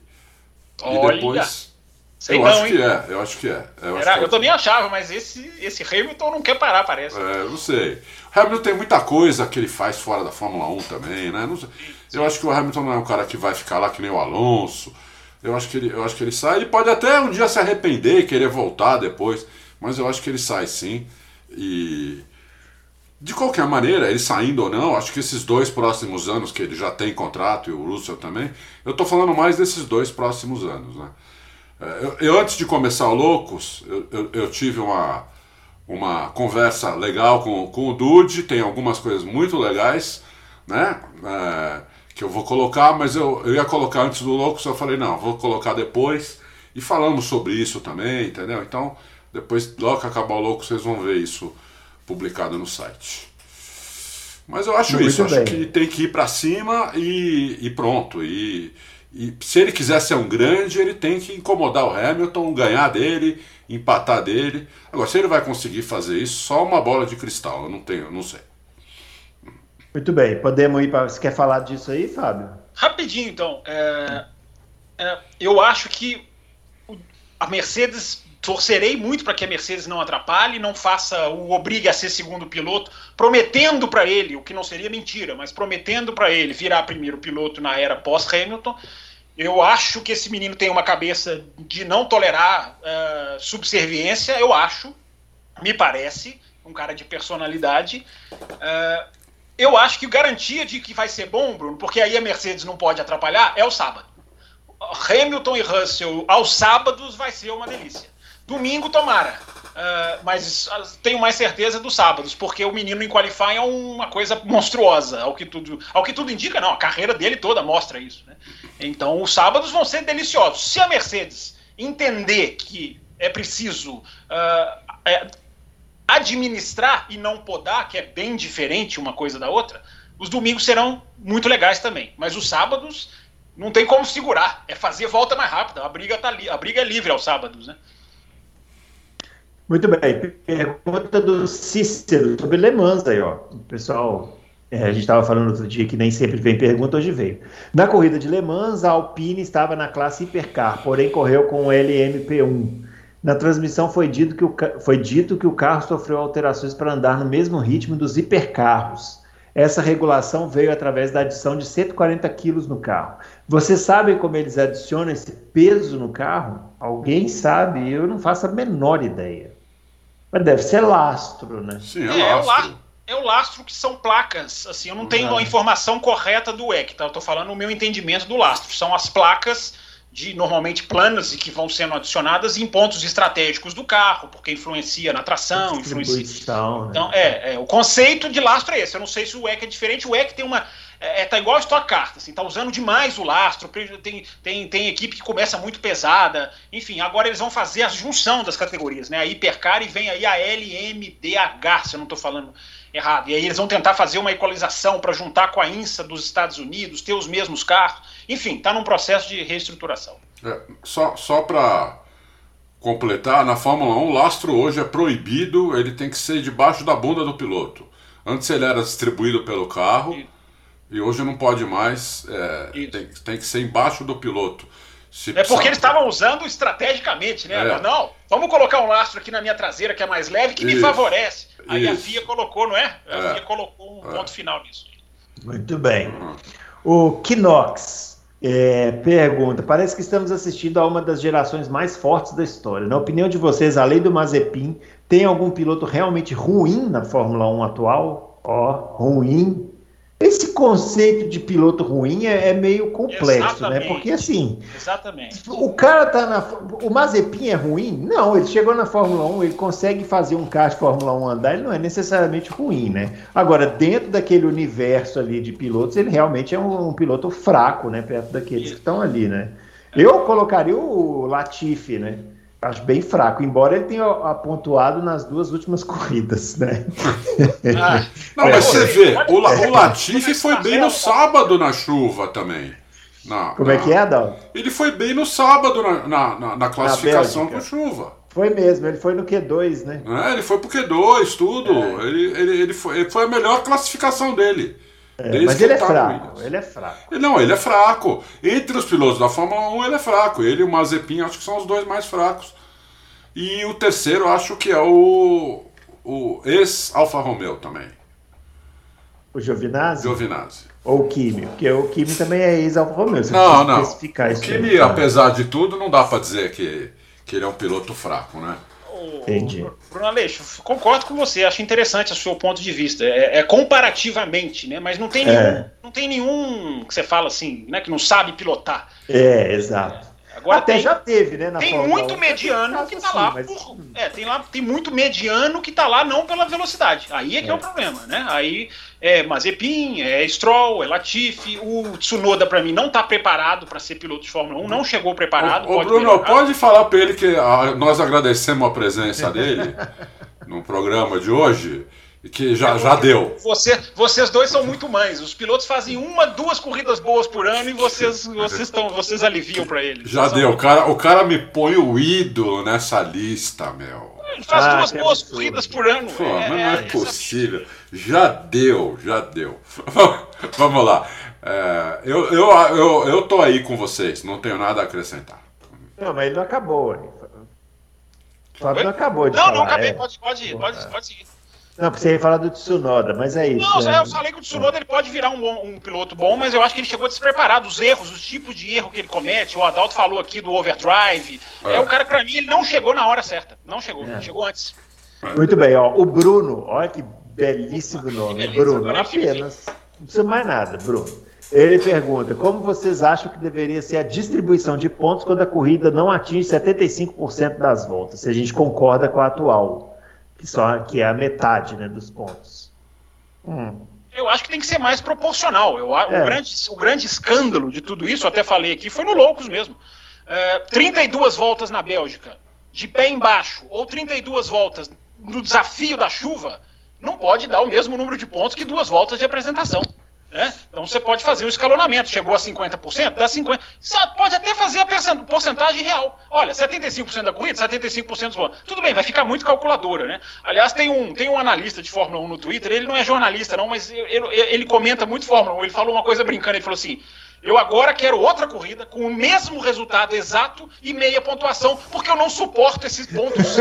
e depois... Sei eu não, acho hein? que é, eu acho que é. Eu, Era, acho que eu também achava, mas esse, esse Hamilton não quer parar, parece. É, não sei. O Hamilton tem muita coisa que ele faz fora da Fórmula um também, né? Não sei. Eu acho que o Hamilton não é um cara que vai ficar lá que nem o Alonso. Eu acho que ele, eu acho que ele sai. Ele pode até um dia se arrepender e querer voltar depois, mas eu acho que ele sai sim. E de qualquer maneira, ele saindo ou não, acho que esses dois próximos anos que ele já tem contrato, e o Russell também, eu tô falando mais desses dois próximos anos, né? Eu, eu antes de começar o Loucos, eu, eu, eu tive uma, uma conversa legal com, com o Dude, tem algumas coisas muito legais, né? É, que eu vou colocar, mas eu, eu ia colocar antes do Loucos, eu falei, não, vou colocar depois, e falamos sobre isso também, entendeu? Então, depois, logo que acabar o Loucos, vocês vão ver isso publicado no site. Mas eu acho muito isso, bem. Acho que tem que ir pra cima e, e pronto, e... E se ele quiser ser um grande, ele tem que incomodar o Hamilton, ganhar dele, empatar dele. Agora, se ele vai conseguir fazer isso, só uma bola de cristal, eu não tenho, eu não sei. Muito bem, podemos ir para... Você quer falar disso aí, Fábio? Rapidinho, então. É... É... Eu acho que a Mercedes... Torcerei muito para que a Mercedes não atrapalhe, não faça o obrigue a ser segundo piloto, prometendo para ele, o que não seria mentira, mas prometendo para ele virar primeiro piloto na era pós-Hamilton. Eu acho que esse menino tem uma cabeça de não tolerar uh, subserviência, eu acho, me parece, um cara de personalidade. Uh, eu acho que a garantia de que vai ser bom, Bruno, porque aí a Mercedes não pode atrapalhar, é o sábado. Hamilton e Russell aos sábados vai ser uma delícia. Domingo, tomara, uh, mas tenho mais certeza dos sábados, porque o menino em qualifying é uma coisa monstruosa, ao que tudo, ao que tudo indica, não, a carreira dele toda mostra isso, né? Então os sábados vão ser deliciosos. Se a Mercedes entender que é preciso uh, é, administrar e não podar, que é bem diferente uma coisa da outra, os domingos serão muito legais também, mas os sábados não tem como segurar, é fazer volta mais rápida, a briga, tá li- a briga é livre aos sábados, né? Muito bem, pergunta do Cícero sobre Le Mans aí, ó. O pessoal, é, a gente estava falando outro dia que nem sempre vem pergunta, hoje veio. Na corrida de Le Mans, a Alpine estava na classe Hipercar, porém correu com o L M P um. Na transmissão foi dito que o, foi dito que o carro sofreu alterações para andar no mesmo ritmo dos hipercarros. Essa regulação veio através da adição de cento e quarenta quilos no carro. Você sabe como eles adicionam esse peso no carro? Alguém sabe? Eu não faço a menor ideia. Mas deve ser lastro, né? Sim, é, é, lastro. É, o lastro, é o lastro que são placas. Assim, eu não tenho ah. a informação correta do E C, tá? Eu estou falando o meu entendimento do lastro. São as placas de normalmente planas e que vão sendo adicionadas em pontos estratégicos do carro, porque influencia na tração, influencia. Né? Então, é, é, o conceito de lastro é esse. Eu não sei se o E C é diferente. O E C tem uma. É, tá igual a Stock Car, assim, tá usando demais o lastro, tem, tem, tem equipe que começa muito pesada, enfim, agora eles vão fazer a junção das categorias, né, a Hipercar e vem aí a L M D H, se eu não tô falando errado, e aí eles vão tentar fazer uma equalização para juntar com a INSA dos Estados Unidos, ter os mesmos carros, enfim, tá num processo de reestruturação. É, só só para completar, na Fórmula um, o lastro hoje é proibido, ele tem que ser debaixo da bunda do piloto. Antes ele era distribuído pelo carro, e... E hoje não pode mais, é, tem, tem que ser embaixo do piloto. Se é porque precisa... eles estavam usando estrategicamente, né? É. Não, vamos colocar um lastro aqui na minha traseira que é mais leve, que Isso. me favorece. Aí Isso. a F I A colocou, não é? A É. F I A colocou um É. ponto final nisso. Muito bem. Uhum. O Kinox é, pergunta, parece que estamos assistindo a uma das gerações mais fortes da história. Na opinião de vocês, além do Mazepin, tem algum piloto realmente ruim na Fórmula um atual? Ó, ruim. Esse conceito de piloto ruim é, é meio complexo, Exatamente. né? Porque assim, Exatamente. o cara tá na... O Mazepin é ruim? Não, ele chegou na Fórmula um, ele consegue fazer um carro de Fórmula um andar, ele não é necessariamente ruim, né? Agora, dentro daquele universo ali de pilotos, ele realmente é um, um piloto fraco, né? Perto daqueles que estão ali, né? Eu colocaria o Latifi, né? Acho bem fraco, embora ele tenha pontuado nas duas últimas corridas, né? Ah, Não, mas é, você vê, pode- o, La- o Latifi Mas foi bem no Marcelo- sábado na chuva também. Na, Como na... é que é, Adalto? Ele foi bem no sábado na, na, na, na classificação na com chuva. Foi mesmo, ele foi no Q dois, né? É, ele foi pro Q dois, tudo. É. Ele, ele, ele, foi, ele foi a melhor classificação dele. É, mas ele é fraco, ele é fraco. Não, ele é fraco. Entre os pilotos da Fórmula um, ele é fraco. Ele e o Mazepin, acho que são os dois mais fracos. E o terceiro, acho que é o, o ex-Alfa Romeo também. O Giovinazzi? Giovinazzi. Ou o Kimi, porque o Kimi também é ex-Alfa Romeo. Você não, não. Especificar o isso Kimi, aí, tá? apesar de tudo, não dá pra dizer que, que ele é um piloto fraco, né? Entendi. Bruno Aleixo, concordo com você, acho interessante o seu ponto de vista. É, é comparativamente, né? Mas não tem nenhum, É. não tem nenhum que você fala assim, né? Que não sabe pilotar. É, exato. Agora Até tem, já teve, né? Na tem Fórmula muito um, mediano caso que tá assim, lá mas- por, é, tem lá tem muito mediano que tá lá não pela velocidade. Aí é que é, É. o problema, né? Aí é Mazepin, é Stroll, é Latifi, o Tsunoda pra mim não tá preparado pra ser piloto de Fórmula um, não chegou preparado. Ô, ô pode Bruno, melhorar. pode falar pra ele que ah, nós agradecemos a presença dele no programa de hoje e que já, já deu. Você, vocês dois são muito mães. Os pilotos fazem uma, duas corridas boas por ano e vocês, vocês, tão, vocês aliviam pra eles. Já Vocês deu. são- O cara, o cara me põe o ídolo nessa lista, meu. Ele faz Ah, duas que boas absurdo. corridas por ano. Pô, mas não é essa- possível. Já deu, já deu. Vamos lá. É, eu, eu, eu, eu tô aí com vocês, não tenho nada a acrescentar. Não, mas ele não acabou. Ele... O Fábio não Oi? acabou de Não, falar. não, acabei. é. Pode, pode, pode, pode seguir. Não, porque você ia falar do Tsunoda, mas é isso. Não, né? eu falei que o Tsunoda ele pode virar um, bom- um piloto bom, mas eu acho que ele chegou despreparado. Os erros, os tipos de erro que ele comete, o Adalto falou aqui do overdrive. É, É. o cara, pra mim, ele não chegou na hora certa. Não chegou, É. chegou antes. Muito bem, ó. O Bruno, olha que belíssimo nome. Que beleza, Bruno, agora eu fiquei. apenas. Não precisa mais nada, Bruno. Ele pergunta: como vocês acham que deveria ser a distribuição de pontos quando a corrida não atinge setenta e cinco por cento das voltas? Se a gente concorda com a atual, que, só, que é a metade, né, dos pontos. Hum. Eu acho que tem que ser mais proporcional. Eu, a- É. o, grande, o grande escândalo de tudo isso, eu até falei aqui, foi no Loucos mesmo. É, trinta e duas voltas na Bélgica, de pé embaixo, ou trinta e duas voltas no desafio da chuva, não pode dar o mesmo número de pontos que duas voltas de apresentação. Né? Então você pode fazer um escalonamento. Chegou a cinquenta por cento, dá cinquenta por cento. Você pode até fazer a percent- porcentagem real. Olha, setenta e cinco por cento da corrida, setenta e cinco por cento dos pontos. Tudo bem, vai ficar muito calculadora, né? Aliás, tem um, tem um analista de Fórmula um no Twitter, ele não é jornalista não, mas ele, ele comenta muito Fórmula um. Ele falou uma coisa brincando, ele falou assim: eu agora quero outra corrida com o mesmo resultado exato e meia pontuação, porque eu não suporto esses pontos.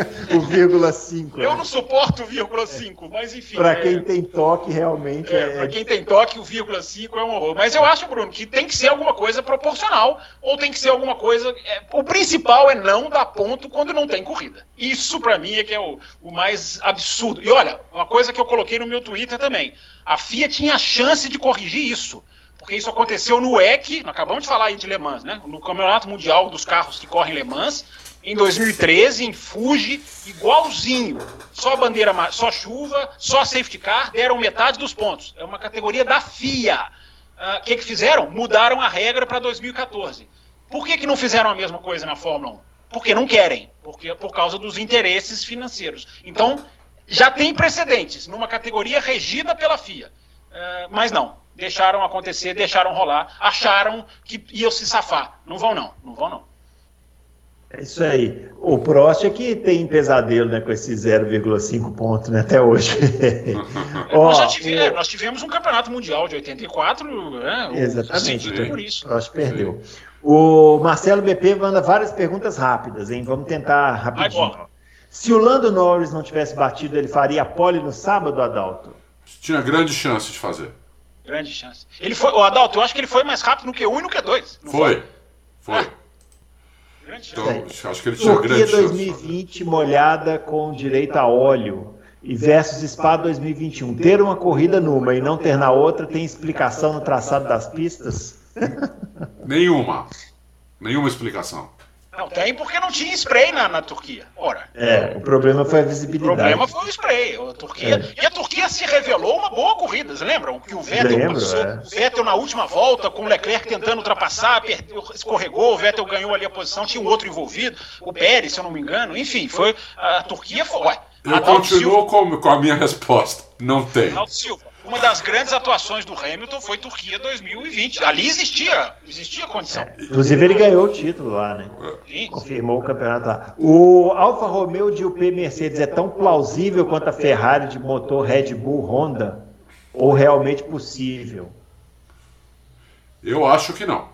O vírgula cinco. Eu não suporto o vírgula cinco, mas enfim. Para é- quem tem toque, realmente É, é. pra quem tem toque, o vírgula cinco é um horror. Mas eu acho, Bruno, que tem que ser alguma coisa proporcional, ou tem que ser alguma coisa... é, o principal é não dar ponto quando não tem corrida. Isso, pra mim, é que é o, o mais absurdo. E olha, uma coisa que eu coloquei no meu Twitter também. A F I A tinha a chance de corrigir isso. Porque isso aconteceu no E C, nós acabamos de falar aí de Le Mans, né? No Campeonato Mundial dos Carros que correm Le Mans, em dois mil e treze, em Fuji, igualzinho. Só bandeira, ma- só chuva, só safety car, deram metade dos pontos. É uma categoria da F I A. O que que fizeram? Mudaram a regra para dois mil e quatorze. Por que que não fizeram a mesma coisa na Fórmula um? Porque não querem, porque por causa dos interesses financeiros. Então, já tem precedentes numa categoria regida pela F I A. Eh, mas não. Deixaram acontecer, deixaram rolar, acharam que iam se safar. Não vão não, não vão não. É isso aí. O Prost é que tem pesadelo, né, com esse zero vírgula cinco pontos, né, até hoje. Ó, nós, já tive- o- é, nós tivemos um campeonato mundial de oitenta e quatro, né, o- Exatamente. sentido por isso. Prost perdeu. O Marcelo B P manda várias perguntas rápidas, hein? Vamos tentar rapidinho. Vai, bola. Se o Lando Norris não tivesse batido, ele faria a pole no sábado, Adalto? Tinha grande chance de fazer. Grande chance. Ele foi, o Adalto, eu acho que ele foi mais rápido no Q um e no Q dois. não Foi. Foi. Ah. Grande chance. Então, acho que ele tinha Turquia grande chance. dois mil e vinte molhada com direito a óleo e versus Spa dois mil e vinte e um. Ter uma corrida numa e não ter na outra tem explicação no traçado das pistas? Nenhuma. Nenhuma explicação. Não, tem porque não tinha spray na, na Turquia. Ora. É, o problema foi a O visibilidade. problema foi o spray. A Turquia, É. E a Turquia se revelou uma boa corrida. Vocês lembram? Que o Vettel Lembro, passou, é. o Vettel na última volta, com o Leclerc tentando ultrapassar, perdeu, escorregou, o Vettel ganhou ali a posição, tinha um outro envolvido, o Pérez, se eu não me engano. Enfim, foi, a Turquia foi. Ué, Eu Adalto continuo com, com a minha resposta. Não tem. Adalto Silva, uma das grandes atuações do Hamilton foi Turquia dois mil e vinte. Ali existia, existia condição. É, inclusive ele ganhou o título lá, né? Sim, Confirmou sim. o campeonato lá. O Alfa Romeo de U P Mercedes é tão plausível quanto a Ferrari de motor Red Bull Honda? Ou realmente possível? Eu acho que não.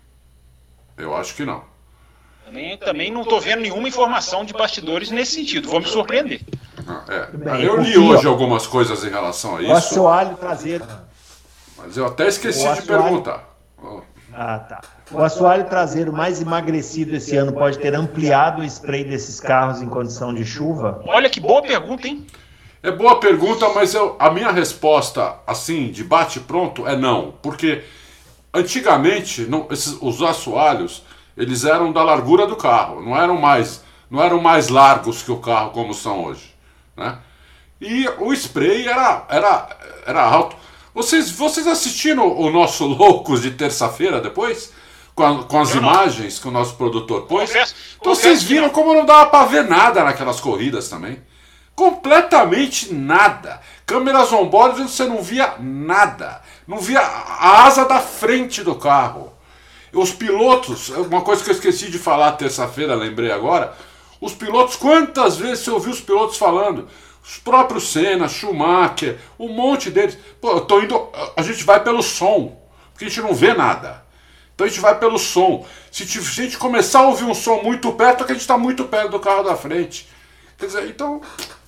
Eu acho que não. Também, também não estou vendo nenhuma informação de bastidores nesse sentido. Vou me surpreender. Ah, é. Bem, eu li hoje algumas coisas em relação a isso. O assoalho traseiro. Mas eu até esqueci de assoalho... perguntar. Oh. Ah, tá. O assoalho traseiro mais emagrecido esse ano pode ter ampliado o spray desses carros em condição de chuva? Olha que boa pergunta, hein? É boa pergunta, mas eu, a minha resposta, assim, de bate-pronto, é não. Porque antigamente, não, esses, os assoalhos, eles eram da largura do carro, não eram mais, não eram mais largos que o carro como são hoje, né? E o spray era, era, era alto. Vocês, vocês assistiram o nosso Loucos de terça-feira depois? Com, a, com as eu imagens não. que o nosso produtor pôs? Confesso, então vocês viram como não dava pra ver nada naquelas corridas também. Completamente nada. Câmeras on-board você não via nada. Não via a asa da frente do carro. Os pilotos, uma coisa que eu esqueci de falar terça-feira, lembrei agora. Os pilotos, quantas vezes você ouviu os pilotos falando? Os próprios Senna, Schumacher, um monte deles. Pô, eu tô indo. A gente vai pelo som, porque a gente não vê nada. Então a gente vai pelo som. Se a gente começar a ouvir um som muito perto, é que a gente está muito perto do carro da frente. Quer dizer, então.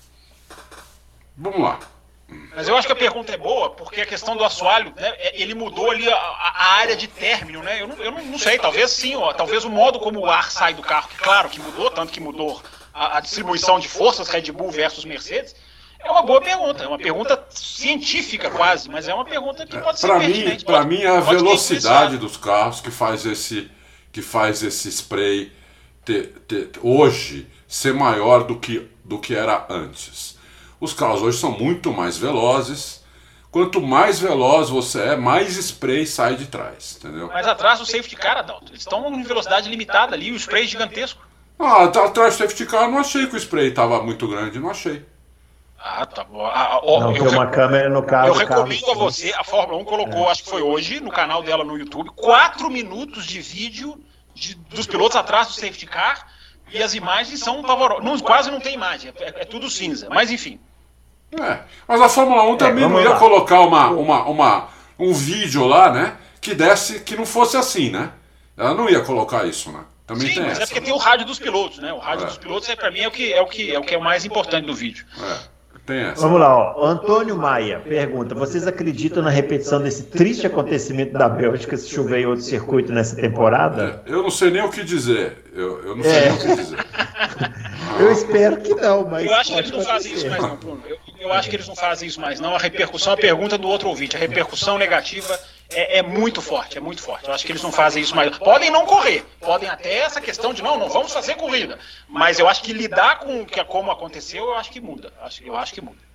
Vamos lá. Mas eu acho que a pergunta é boa, porque a questão do assoalho, né, ele mudou ali a, a área de término, né? Eu não, eu não sei, talvez sim, ó, talvez o modo como o ar sai do carro, que claro que mudou, tanto que mudou a, a distribuição de forças Red Bull versus Mercedes. É uma boa pergunta, é uma pergunta científica quase, mas é uma pergunta que pode ser pra pertinente. Para mim, é a velocidade dos carros que faz esse, que faz esse spray ter, ter, hoje ser maior do que, do que era antes. Os carros hoje são muito mais velozes. Quanto mais veloz você é, mais spray sai de trás, entendeu? Mas atrás do safety car, Adalto, eles estão em velocidade limitada ali, o spray é gigantesco. Ah, atrás do safety car eu não achei que o spray estava muito grande, não achei. Ah, tá bom. Ah, ó, não, eu tem uma rec... câmera no carro. Eu recomendo carro, a você, a Fórmula um colocou, é. acho que foi hoje, no canal dela no YouTube, quatro minutos de vídeo de, dos pilotos atrás do safety car e as imagens são pavorosas. Não, quase não tem imagem, é, é tudo cinza, mas enfim. É, mas a Fórmula um também é, não ia lá. colocar uma, uma, uma, um vídeo lá, né, que desse, que não fosse assim, né? Ela não ia colocar isso, né? Também Sim, tem mas essa, é porque né? tem o rádio dos pilotos, né? O rádio é. dos pilotos, é, pra mim, é o, que, é, o que, é o que é o mais importante do vídeo. É. Tem essa. Vamos lá, ó. Antônio Maia pergunta: vocês acreditam na repetição desse triste acontecimento da Bélgica se chover em outro circuito nessa temporada? É, eu não sei nem o que dizer. Eu, eu não sei é. nem o que dizer. Eu espero que não, mas. Eu acho que eles não fazem isso mais, não, Bruno. Eu, eu acho que eles não fazem isso mais, não. A repercussão, a pergunta do outro ouvinte, a repercussão negativa é, é muito forte, é muito forte. Eu acho que eles não fazem isso mais. Podem não correr, podem até essa questão de não, não vamos fazer corrida. Mas eu acho que lidar com o que como aconteceu, eu acho que muda. Eu acho, eu acho que muda.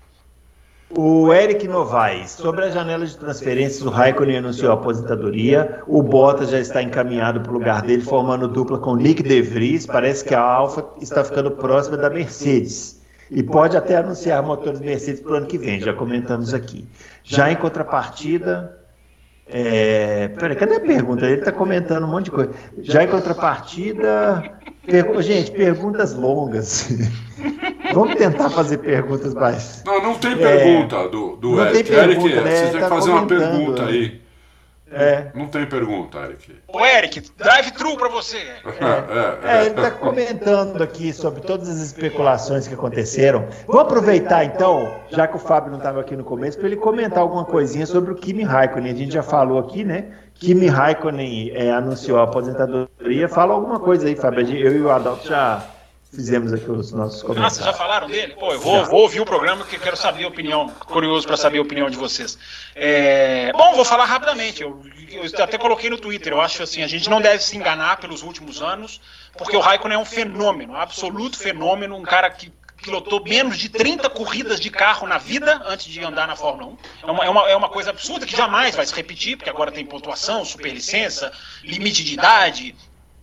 O Eric Novaes, sobre a janela de transferências, o Raikkonen anunciou a aposentadoria, o Bottas já está encaminhado para o lugar dele, formando dupla com Nick De Vries. Parece que a Alfa está ficando próxima da Mercedes e pode até anunciar motores Mercedes para o ano que vem, já comentamos aqui. Já em contrapartida, é... peraí, cadê a pergunta? Ele está comentando um monte de coisa. Já em contrapartida, per... gente, perguntas longas. Vamos tentar fazer perguntas mais. Não, não tem pergunta é, do, do não Eric. Tem pergunta, Eric, né? você tem que tá fazer uma pergunta aí. É. Não tem pergunta, Eric. Ô, Eric, drive-thru pra você. É, é, é, ele está comentando aqui sobre todas as especulações que aconteceram. Vou aproveitar, então, já que o Fábio não estava aqui no começo, para ele comentar alguma coisinha sobre o Kimi Raikkonen. A gente já falou aqui, né? Kimi Raikkonen é, anunciou a aposentadoria. Fala alguma coisa aí, Fábio. Eu e o Adalto já fizemos aqui os nossos comentários. Nossa, já falaram dele? Pô, eu vou, vou ouvir o programa porque eu quero saber a opinião, curioso para saber a opinião de vocês. É, bom, vou falar rapidamente, eu, eu até coloquei no Twitter, eu acho assim, a gente não deve se enganar pelos últimos anos, porque o Raikkonen é um fenômeno, um absoluto fenômeno, um cara que pilotou menos de trinta corridas de carro na vida antes de andar na Fórmula um. É uma, é uma, é uma coisa absurda que jamais vai se repetir, porque agora tem pontuação, superlicença, limite de idade.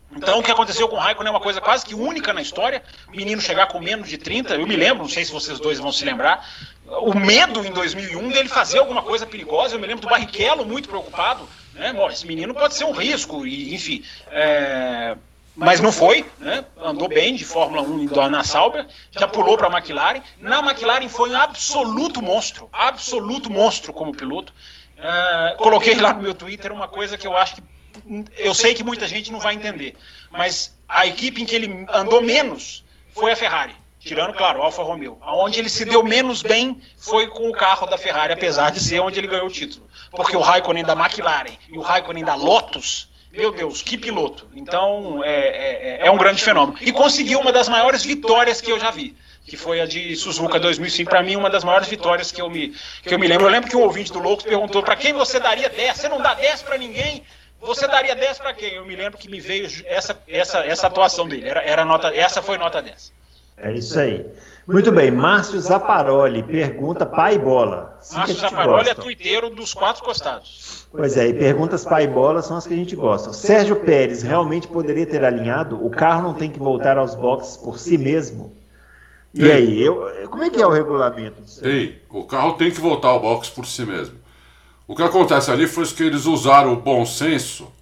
Então o que aconteceu com o Raikkonen é uma coisa quase que única na história, o menino chegar com menos de trinta, eu me lembro, não sei se vocês dois vão se lembrar, o medo em dois mil e um dele fazer alguma coisa perigosa, eu me lembro do Barrichello muito preocupado, né? Bom, esse menino pode ser um risco, e, enfim, é... mas não foi, né? Andou bem de Fórmula um na Sauber, já pulou para a McLaren, na McLaren foi um absoluto monstro, absoluto monstro como piloto. É... Coloquei lá no meu Twitter uma coisa que eu acho que eu sei que muita gente não vai entender, mas a equipe em que ele andou menos foi a Ferrari, tirando, claro, o Alfa Romeo. Onde ele se deu menos bem foi com o carro da Ferrari, apesar de ser onde ele ganhou o título. Porque o Raikkonen da McLaren e o Raikkonen da Lotus, meu Deus, que piloto. Então, é, é, é um grande fenômeno. E conseguiu uma das maiores vitórias que eu já vi, que foi a de Suzuka dois mil e cinco, para mim uma das maiores vitórias que eu me, que eu me lembro. Eu lembro que um ouvinte do Loucos perguntou, para quem você daria dez? Você não dá dez para ninguém? Você daria dez para quem? Eu me lembro que me veio essa, essa, essa atuação dele. Era, era nota, essa foi nota dez. É isso aí. Muito bem. Márcio Zaparoli pergunta pai bola. Assim Márcio Zaparoli é tuiteiro dos quatro costados. Pois é, e perguntas pai bola são as que a gente gosta. Sérgio Pérez realmente poderia ter alinhado? O carro não tem que voltar aos boxes por si mesmo? E Ei. aí, eu, como é que é o regulamento disso? Ei, o carro tem que voltar ao box por si mesmo. O que acontece ali foi que eles usaram o bom senso,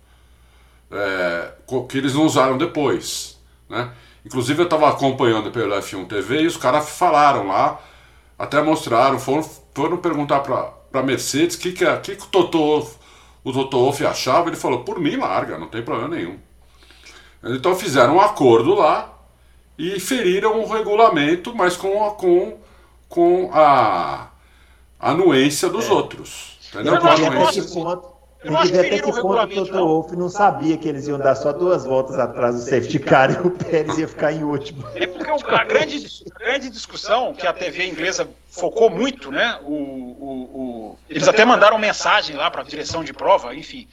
é, que eles não usaram depois, né? Inclusive eu estava acompanhando pelo F um T V e os caras falaram lá, até mostraram, foram, foram perguntar para a Mercedes o que, que, que, que o Toto Wolff, o Toto Wolff achava. Ele falou, por mim larga, não tem problema nenhum. Então fizeram um acordo lá e feriram o regulamento, mas com a, com, com a anuência dos é. outros. Entendeu? Eu não acho que esse ponto, eu tem que ver até que ponto o Toto Wolff não sabia que eles iam dar só duas voltas atrás do safety car e o Pérez ia ficar em último. É porque a grande, a grande discussão que a T V inglesa focou muito, né? O, o, o, eles até mandaram mensagem lá para a direção de prova, enfim,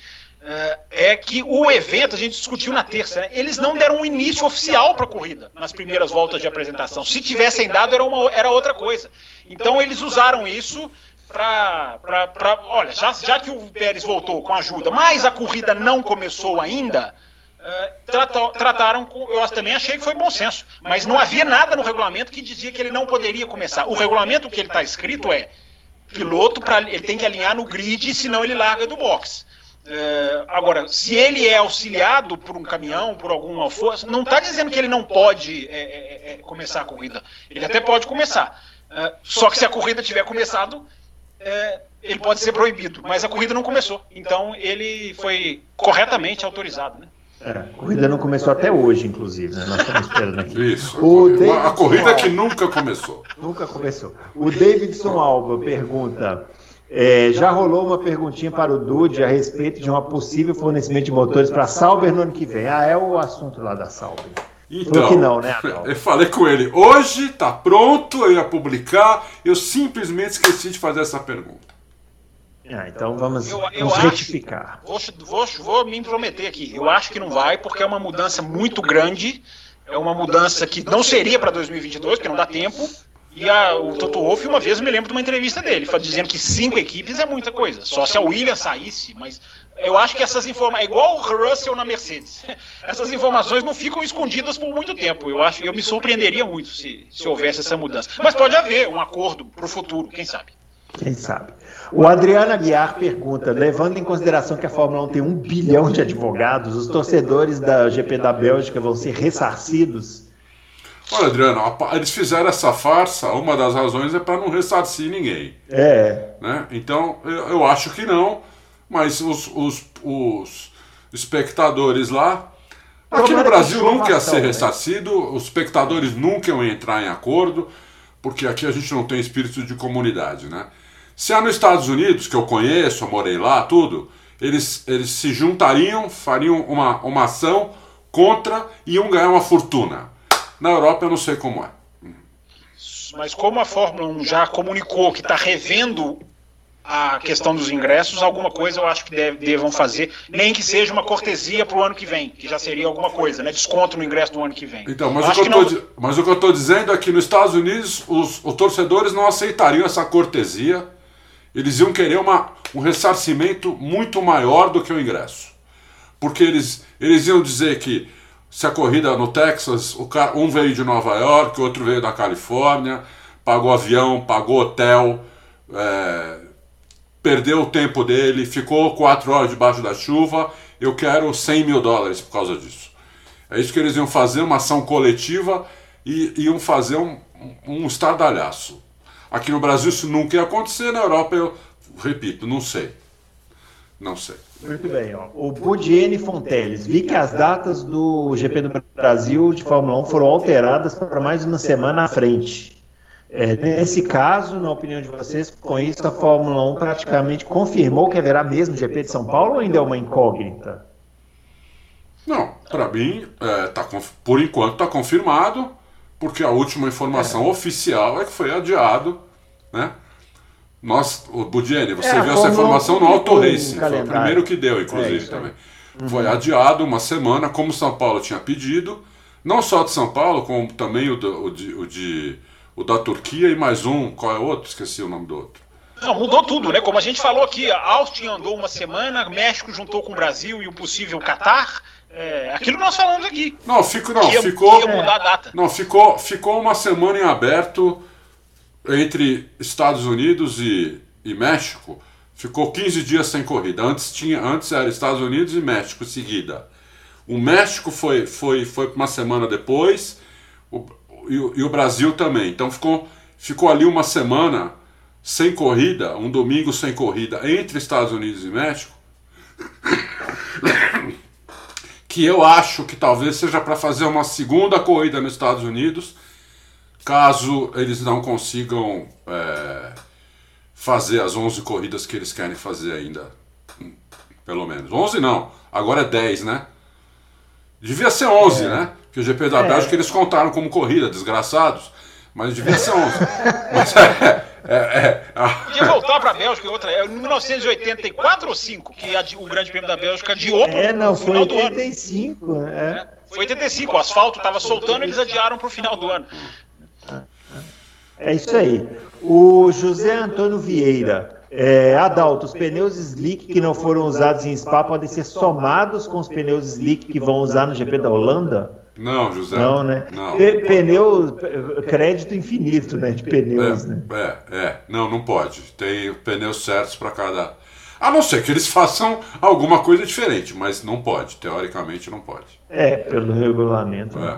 é que o evento, a gente discutiu na terça, né? Eles não deram um início oficial para a corrida nas primeiras voltas de apresentação. Se tivessem dado, era, uma, era outra coisa. Então eles usaram isso Pra, pra, pra, olha, já, já que o Pérez voltou com ajuda, mas a corrida não começou ainda, uh, tratou, trataram com, eu também achei que foi bom senso, mas não havia nada no regulamento que dizia que ele não poderia começar. O regulamento que ele está escrito é, piloto, pra, ele tem que alinhar no grid, senão ele larga do box. Uh, agora, se ele é auxiliado por um caminhão, por alguma força, não está dizendo que ele não pode é, é, é, começar a corrida. Ele até pode começar, uh, só que se a corrida tiver começado, É, ele pode ser proibido, mas a corrida não começou, então ele foi corretamente autorizado, né? É, a corrida não começou até hoje, inclusive, né? Nós estamos esperando aqui. Isso, o a, Davidson a corrida Alba, que nunca começou. Nunca começou. O Davidson Alba pergunta, é, já rolou uma perguntinha para o Dude a respeito de um possível fornecimento de motores para a Sauber no ano que vem. Ah, é o assunto lá da Sauber. Então, que não, né, eu falei com ele, hoje tá pronto, eu ia publicar, eu simplesmente esqueci de fazer essa pergunta. Ah, então vamos, eu, eu vamos acho, retificar. Vou, vou, vou me intrometer aqui, eu acho que não vai, porque é uma mudança muito grande, é uma mudança que não seria para dois mil e vinte e dois, porque não dá tempo, e a, o Toto Wolff, uma vez eu me lembro de uma entrevista dele, dizendo que cinco equipes é muita coisa, só se a Williams saísse, mas... Eu acho que essas informações, é igual o Russell na Mercedes, essas informações não ficam escondidas por muito tempo. Eu acho, eu me surpreenderia muito se, se houvesse essa mudança. Mas pode haver um acordo para o futuro, quem sabe? Quem sabe? O Adriano Aguiar pergunta, levando em consideração que a Fórmula um tem um bilhão de advogados, os torcedores da G P da Bélgica vão ser ressarcidos? Olha, Adriano, eles fizeram essa farsa, uma das razões é para não ressarcir ninguém. É. Né? Então, eu, eu acho que não. Mas os, os, os espectadores lá, aqui no Brasil nunca ia ser ressarcido, os espectadores nunca iam entrar em acordo, porque aqui a gente não tem espírito de comunidade, né? Se há nos Estados Unidos, que eu conheço, eu morei lá, tudo, eles, eles se juntariam, fariam uma, uma ação contra e iam ganhar uma fortuna. Na Europa eu não sei como é. Mas como a Fórmula um já comunicou que está revendo a questão dos ingressos, alguma coisa eu acho que deve, devam fazer, nem que seja uma cortesia para o ano que vem, que já seria alguma coisa, né? Desconto no ingresso do ano que vem. Então, mas, o que, que eu tô, não... mas o que eu estou dizendo é que nos Estados Unidos os, os torcedores não aceitariam essa cortesia, eles iam querer uma, um ressarcimento muito maior do que o ingresso. Porque eles, eles iam dizer que se a corrida no Texas, o cara, um veio de Nova York, outro veio da Califórnia, pagou avião, pagou hotel, é, perdeu o tempo dele, ficou quatro horas debaixo da chuva, eu quero cem mil dólares por causa disso. É isso que eles iam fazer, uma ação coletiva, e iam fazer um, um estardalhaço. Aqui no Brasil isso nunca ia acontecer, na Europa eu repito, não sei. Não sei. Muito bem, ó. O Budiene Fonteles, vi que as datas do G P do Brasil de Fórmula um foram alteradas para mais uma semana à frente. É, nesse caso, na opinião de vocês, com isso a Fórmula um praticamente confirmou que haverá mesmo G P de São Paulo ou ainda é uma incógnita? Não, para mim, é, tá, por enquanto está confirmado, porque a última informação é. oficial é que foi adiado, né? Nós, o Budiene, você é, viu essa informação no Auto Racing, foi o primeiro que deu, inclusive, é também. Uhum. Foi adiado uma semana, como São Paulo tinha pedido, não só de São Paulo, como também o, do, o, de, o, de, o da Turquia e mais um, qual é o outro? Esqueci o nome do outro. Não, mudou tudo, né? Como a gente falou aqui, a Austin andou uma semana, México juntou com o Brasil e o possível Catar. É, aquilo que nós falamos aqui. Não, fico, não ia, ficou. Ia mudar a data. Não, ficou, ficou uma semana em aberto entre Estados Unidos e, e México. Ficou quinze dias sem corrida. Antes, tinha, antes era Estados Unidos e México seguida. O México foi, foi, foi uma semana depois, o, e, e o Brasil também. Então ficou, ficou ali uma semana sem corrida, um domingo sem corrida entre Estados Unidos e México. Que eu acho que talvez seja para fazer uma segunda corrida nos Estados Unidos, caso eles não consigam é, fazer as onze corridas que eles querem fazer ainda, pelo menos. onze não, agora é dez, né? Devia ser onze, é. né? Porque o G P da é. Bélgica eles contaram como corrida, desgraçados, mas devia ser onze. Mas é... É, é, a... Podia voltar para a Bélgica, outra. É em mil novecentos e oitenta e quatro ou cinco que a, o Grande Prêmio da Bélgica adiou para é, não, foi oitenta e cinco. É. É, foi oitenta e cinco, o asfalto estava soltando e eles adiaram para o final do ano. É isso aí. O José Antônio Vieira. É, Adalto, os pneus slick que não foram usados em Spa podem ser somados com os pneus slick que vão usar no G P da Holanda? Não, José. Não, né? Não. Pneu, crédito infinito, né? De pneus, é, né? É, é. Não, não pode. Tem pneus certos para cada... A não ser que eles façam alguma coisa diferente, mas não pode. Teoricamente não pode. É, pelo regulamento. É.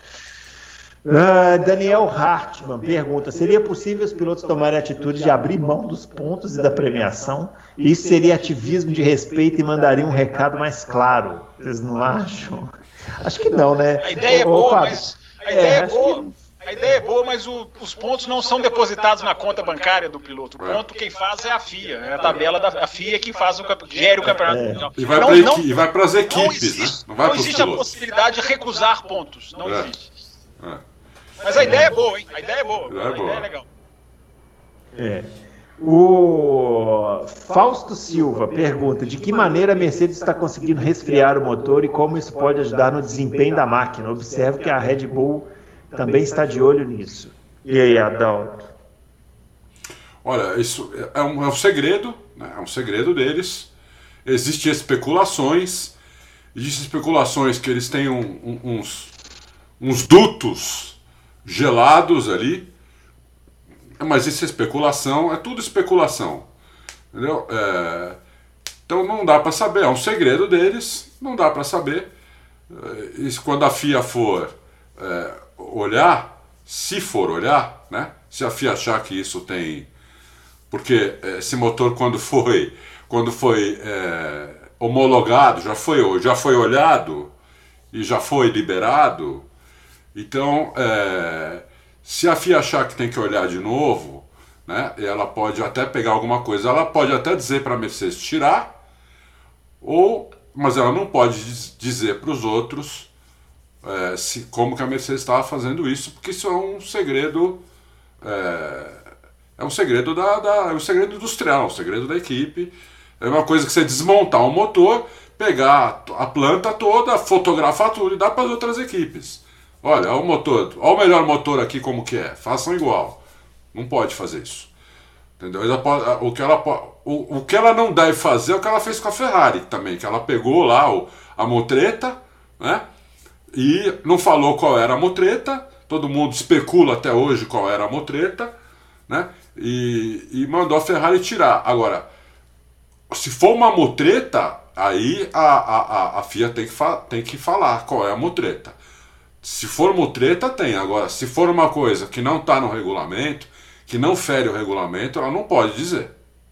Uh, Daniel Hartmann pergunta: seria possível os pilotos tomarem a atitude de abrir mão dos pontos e da premiação? Isso seria ativismo de respeito e mandaria um recado mais claro. Vocês não acham? Acho que não, né? A ideia é boa, mas a ideia é, é boa. Que... A ideia é boa, mas o, os pontos não são depositados na conta bancária do piloto. O ponto quem faz é a F I A. É a tabela da a F I A que faz o gere o campeonato é. mundial. E vai para as equipes, não existe, né? Não, vai não existe a possibilidade de recusar pontos. Não é. existe. É. Mas a ideia é boa, hein? A ideia é boa. A ideia é, a ideia é legal. É. O Fausto Silva pergunta: de que maneira a Mercedes está conseguindo resfriar o motor e como isso pode ajudar no desempenho da máquina? Observe que a Red Bull também está de olho nisso. E aí, Adalto? Olha, isso é um, é um segredo, né? É um segredo deles. Existem especulações, existem especulações que eles têm um, um, uns, uns dutos gelados ali. Mas isso é especulação, é tudo especulação, entendeu? É, então não dá para saber, é um segredo deles, não dá para saber. É, isso, quando a F I A for é, olhar, se for olhar, né? Se a F I A achar que isso tem... Porque esse motor quando foi, quando foi é, homologado, já foi, já foi olhado e já foi liberado, então... É, se a F I A achar que tem que olhar de novo, né, ela pode até pegar alguma coisa, ela pode até dizer para a Mercedes tirar, ou, mas ela não pode dizer para os outros é, se, como que a Mercedes estava fazendo isso, porque isso é um segredo, é, é um segredo da, da, é um segredo industrial, um segredo da equipe. É uma coisa que você desmontar um motor, pegar a planta toda, fotografar tudo e dar para as outras equipes. Olha, olha o motor, olha o melhor motor aqui como que é, façam igual. Não pode fazer isso. Entendeu? Ela pode, o, que ela, o, o que ela não deve fazer é o que ela fez com a Ferrari também, que ela pegou lá o, a motreta, né? e não falou qual era a mutreta, todo mundo especula até hoje qual era a mutreta, né? E, e mandou a Ferrari tirar. Agora, se for uma mutreta, aí a, a, a FIA tem que, tem que falar qual é a mutreta. Se for mutreta, tem. Agora, se for uma coisa que não está no regulamento, que não fere o regulamento, ela não pode dizer.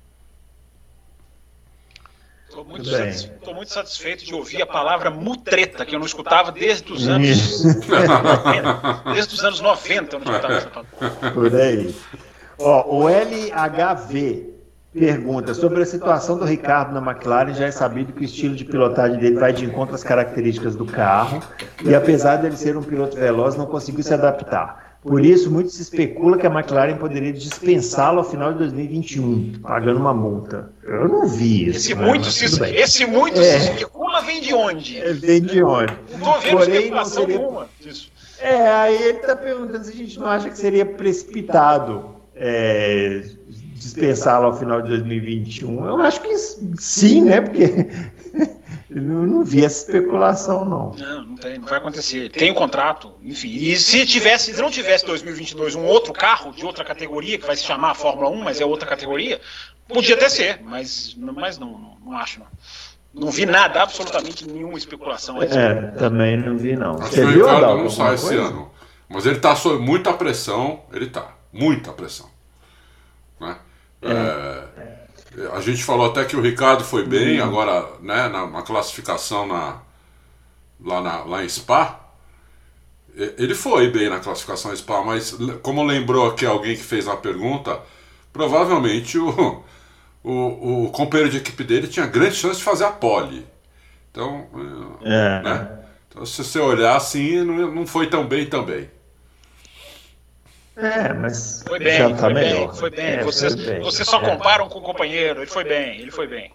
Estou muito, satisfe... muito satisfeito de ouvir a palavra mutreta, que eu não escutava desde os anos noventa. Desde os anos noventa eu não escutava essa palavra. Por aí. Ó, o L H V pergunta sobre a situação do Ricardo na McLaren. Já é sabido que o estilo de pilotagem dele vai de encontro às características do carro e, apesar dele ser um piloto veloz, não conseguiu se adaptar. Por isso, muito se especula que a McLaren poderia dispensá-lo ao final de dois mil e vinte e um, pagando uma multa. Eu não vi isso. Esse né? muito, se, esse muito é. se especula vem de onde? Vem de onde? Não estou vendo Porém, especulação seria... nenhuma disso. É, aí ele está perguntando se a gente não acha que seria precipitado é, dispensá-lo ao final de dois mil e vinte e um. Eu acho que sim, né? Porque eu não vi essa especulação, não. Não, não, tem, não vai acontecer. Tem um contrato, enfim. E se tivesse, se não tivesse dois mil e vinte e dois um outro carro de outra categoria, que vai se chamar Fórmula um, mas é outra categoria, podia até ser, mas, mas não, não, não acho, não. Não vi nada, absolutamente nenhuma especulação. É, também não vi, não. Acho que o Ricardo não sai esse ano. Mas ele está sob muita pressão, ele está. Muita pressão. Né? É. É, a gente falou até que o Ricardo foi bem, agora, né, na, na classificação na, lá, na, lá em Spa. Ele foi bem na classificação em Spa, mas como lembrou aqui alguém que fez a pergunta, provavelmente o... O, o companheiro de equipe dele tinha grande chance de fazer a pole. Então, é. Né? Então, se você olhar assim, não, não foi tão bem também. É, mas foi bem, já tá foi melhor. bem, foi bem. É, vocês, foi bem. Vocês só comparam é. com o companheiro. Ele foi bem, ele foi bem.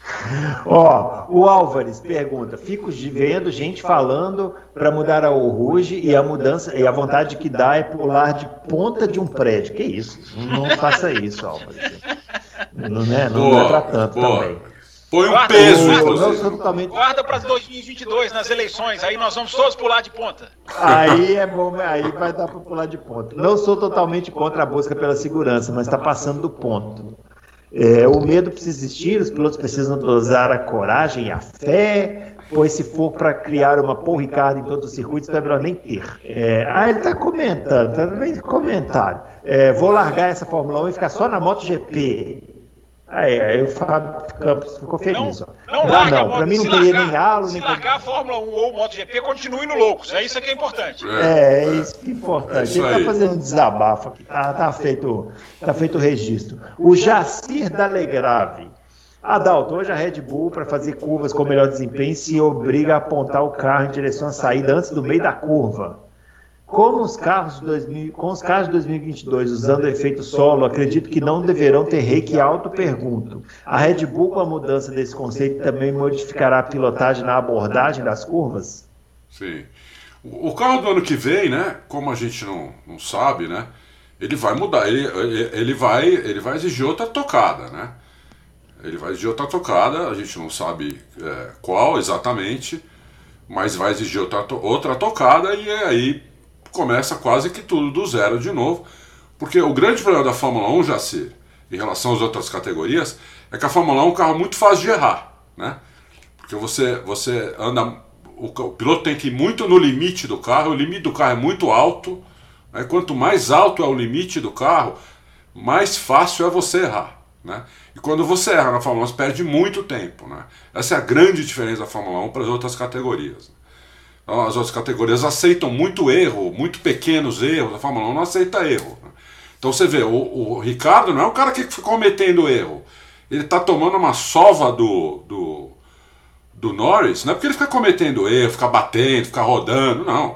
Ó, o Álvares pergunta: fico vendo gente falando para mudar a Rouge e a mudança e a vontade que dá é pular de ponta de um prédio. Que isso? Não faça isso, Álvares. Não, né? não, não é pra tanto boa. Também. Põe um guarda, peso, guarda, totalmente... guarda para dois mil e vinte e dois nas eleições, aí nós vamos todos pular de ponta. Aí é bom, aí vai dar para pular de ponta. Não sou totalmente contra a busca pela segurança, mas está passando do ponto. É, o medo precisa existir, os pilotos precisam usar a coragem e a fé, pois se for para criar uma Paul Ricard em todos os circuitos, não é melhor nem ter. É, ah, ele está comentando, está vendo comentário. É, vou largar essa Fórmula um e ficar só na MotoGP. Aí, aí o Fábio Campos ficou feliz. Não, ó. não, larga não, para mim não teria nem halo, se nem... Se largar a Fórmula um ou MotoGP, continue no Loucos. É isso que é importante. É, é isso que é importante. É isso Ele está fazendo um desabafo aqui. Tá, tá, feito, tá feito o registro. O Jacir D'Alegrave. Adalto, hoje a Red Bull, para fazer curvas com melhor desempenho, se obriga a apontar o carro em direção à saída antes do meio da curva. Como os carros de dois mil, com os carros de dois mil e vinte e dois usando o efeito solo, acredito que não deverão ter reiki alto, pergunto. A Red Bull, com a mudança desse conceito, também modificará a pilotagem na abordagem das curvas? Sim. O carro do ano que vem, né, como a gente não, não sabe, né, ele vai mudar, ele, ele, vai, ele vai exigir outra tocada, né? Ele vai exigir outra tocada, a gente não sabe é, qual exatamente, mas vai exigir outra, outra tocada e aí começa quase que tudo do zero de novo, porque o grande problema da Fórmula um, Jacir, em relação às outras categorias, é que a Fórmula um é um carro muito fácil de errar, né? Porque você, você anda, o, o piloto tem que ir muito no limite do carro, o limite do carro é muito alto, né? Quanto mais alto é o limite do carro, mais fácil é você errar, né? E quando você erra na Fórmula um, você perde muito tempo, né? Essa é a grande diferença da Fórmula um para as outras categorias. As outras categorias aceitam muito erro, muito pequenos erros, a Fórmula um não aceita erro. Então você vê, o, o Ricardo não é um cara que fica cometendo erro. Ele está tomando uma sova do, do, do Norris, não é porque ele fica cometendo erro, fica batendo, fica rodando, não.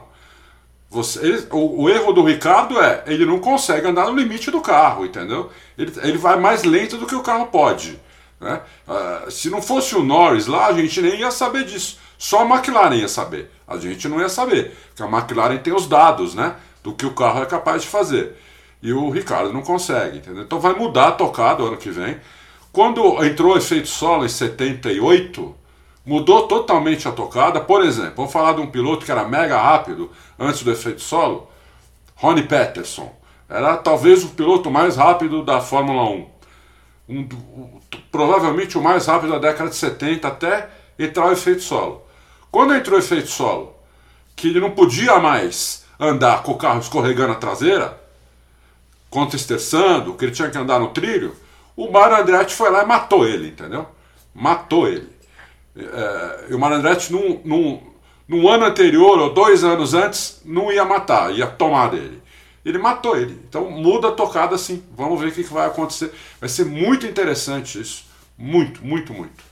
Você, ele, o, o erro do Ricardo é, ele não consegue andar no limite do carro, entendeu? Ele, ele vai mais lento do que o carro pode. Né? Uh, se não fosse o Norris lá, a gente nem ia saber disso. Só a McLaren ia saber. A gente não ia saber. Porque a McLaren tem os dados, né, do que o carro é capaz de fazer. E o Ricardo não consegue. Entendeu? Então vai mudar a tocada ano que vem. Quando entrou o efeito solo em setenta e oito, Mudou totalmente a tocada. Por exemplo, vamos falar de um piloto que era mega rápido antes do efeito solo, Ronnie Peterson. Era talvez o piloto mais rápido da Fórmula um. Um, um, provavelmente o mais rápido da década de setenta até entrar o efeito solo. Quando entrou o efeito solo, que ele não podia mais andar com o carro escorregando a traseira, contra-esterçando, que ele tinha que andar no trilho, o Mario Andretti foi lá e matou ele, entendeu? Matou ele. É, e o Mario Andretti, num, num, num ano anterior, ou dois anos antes, não ia matar, ia tomar dele. Ele matou ele. Então muda a tocada assim. Vamos ver o que vai acontecer. Vai ser muito interessante isso. Muito, muito, muito.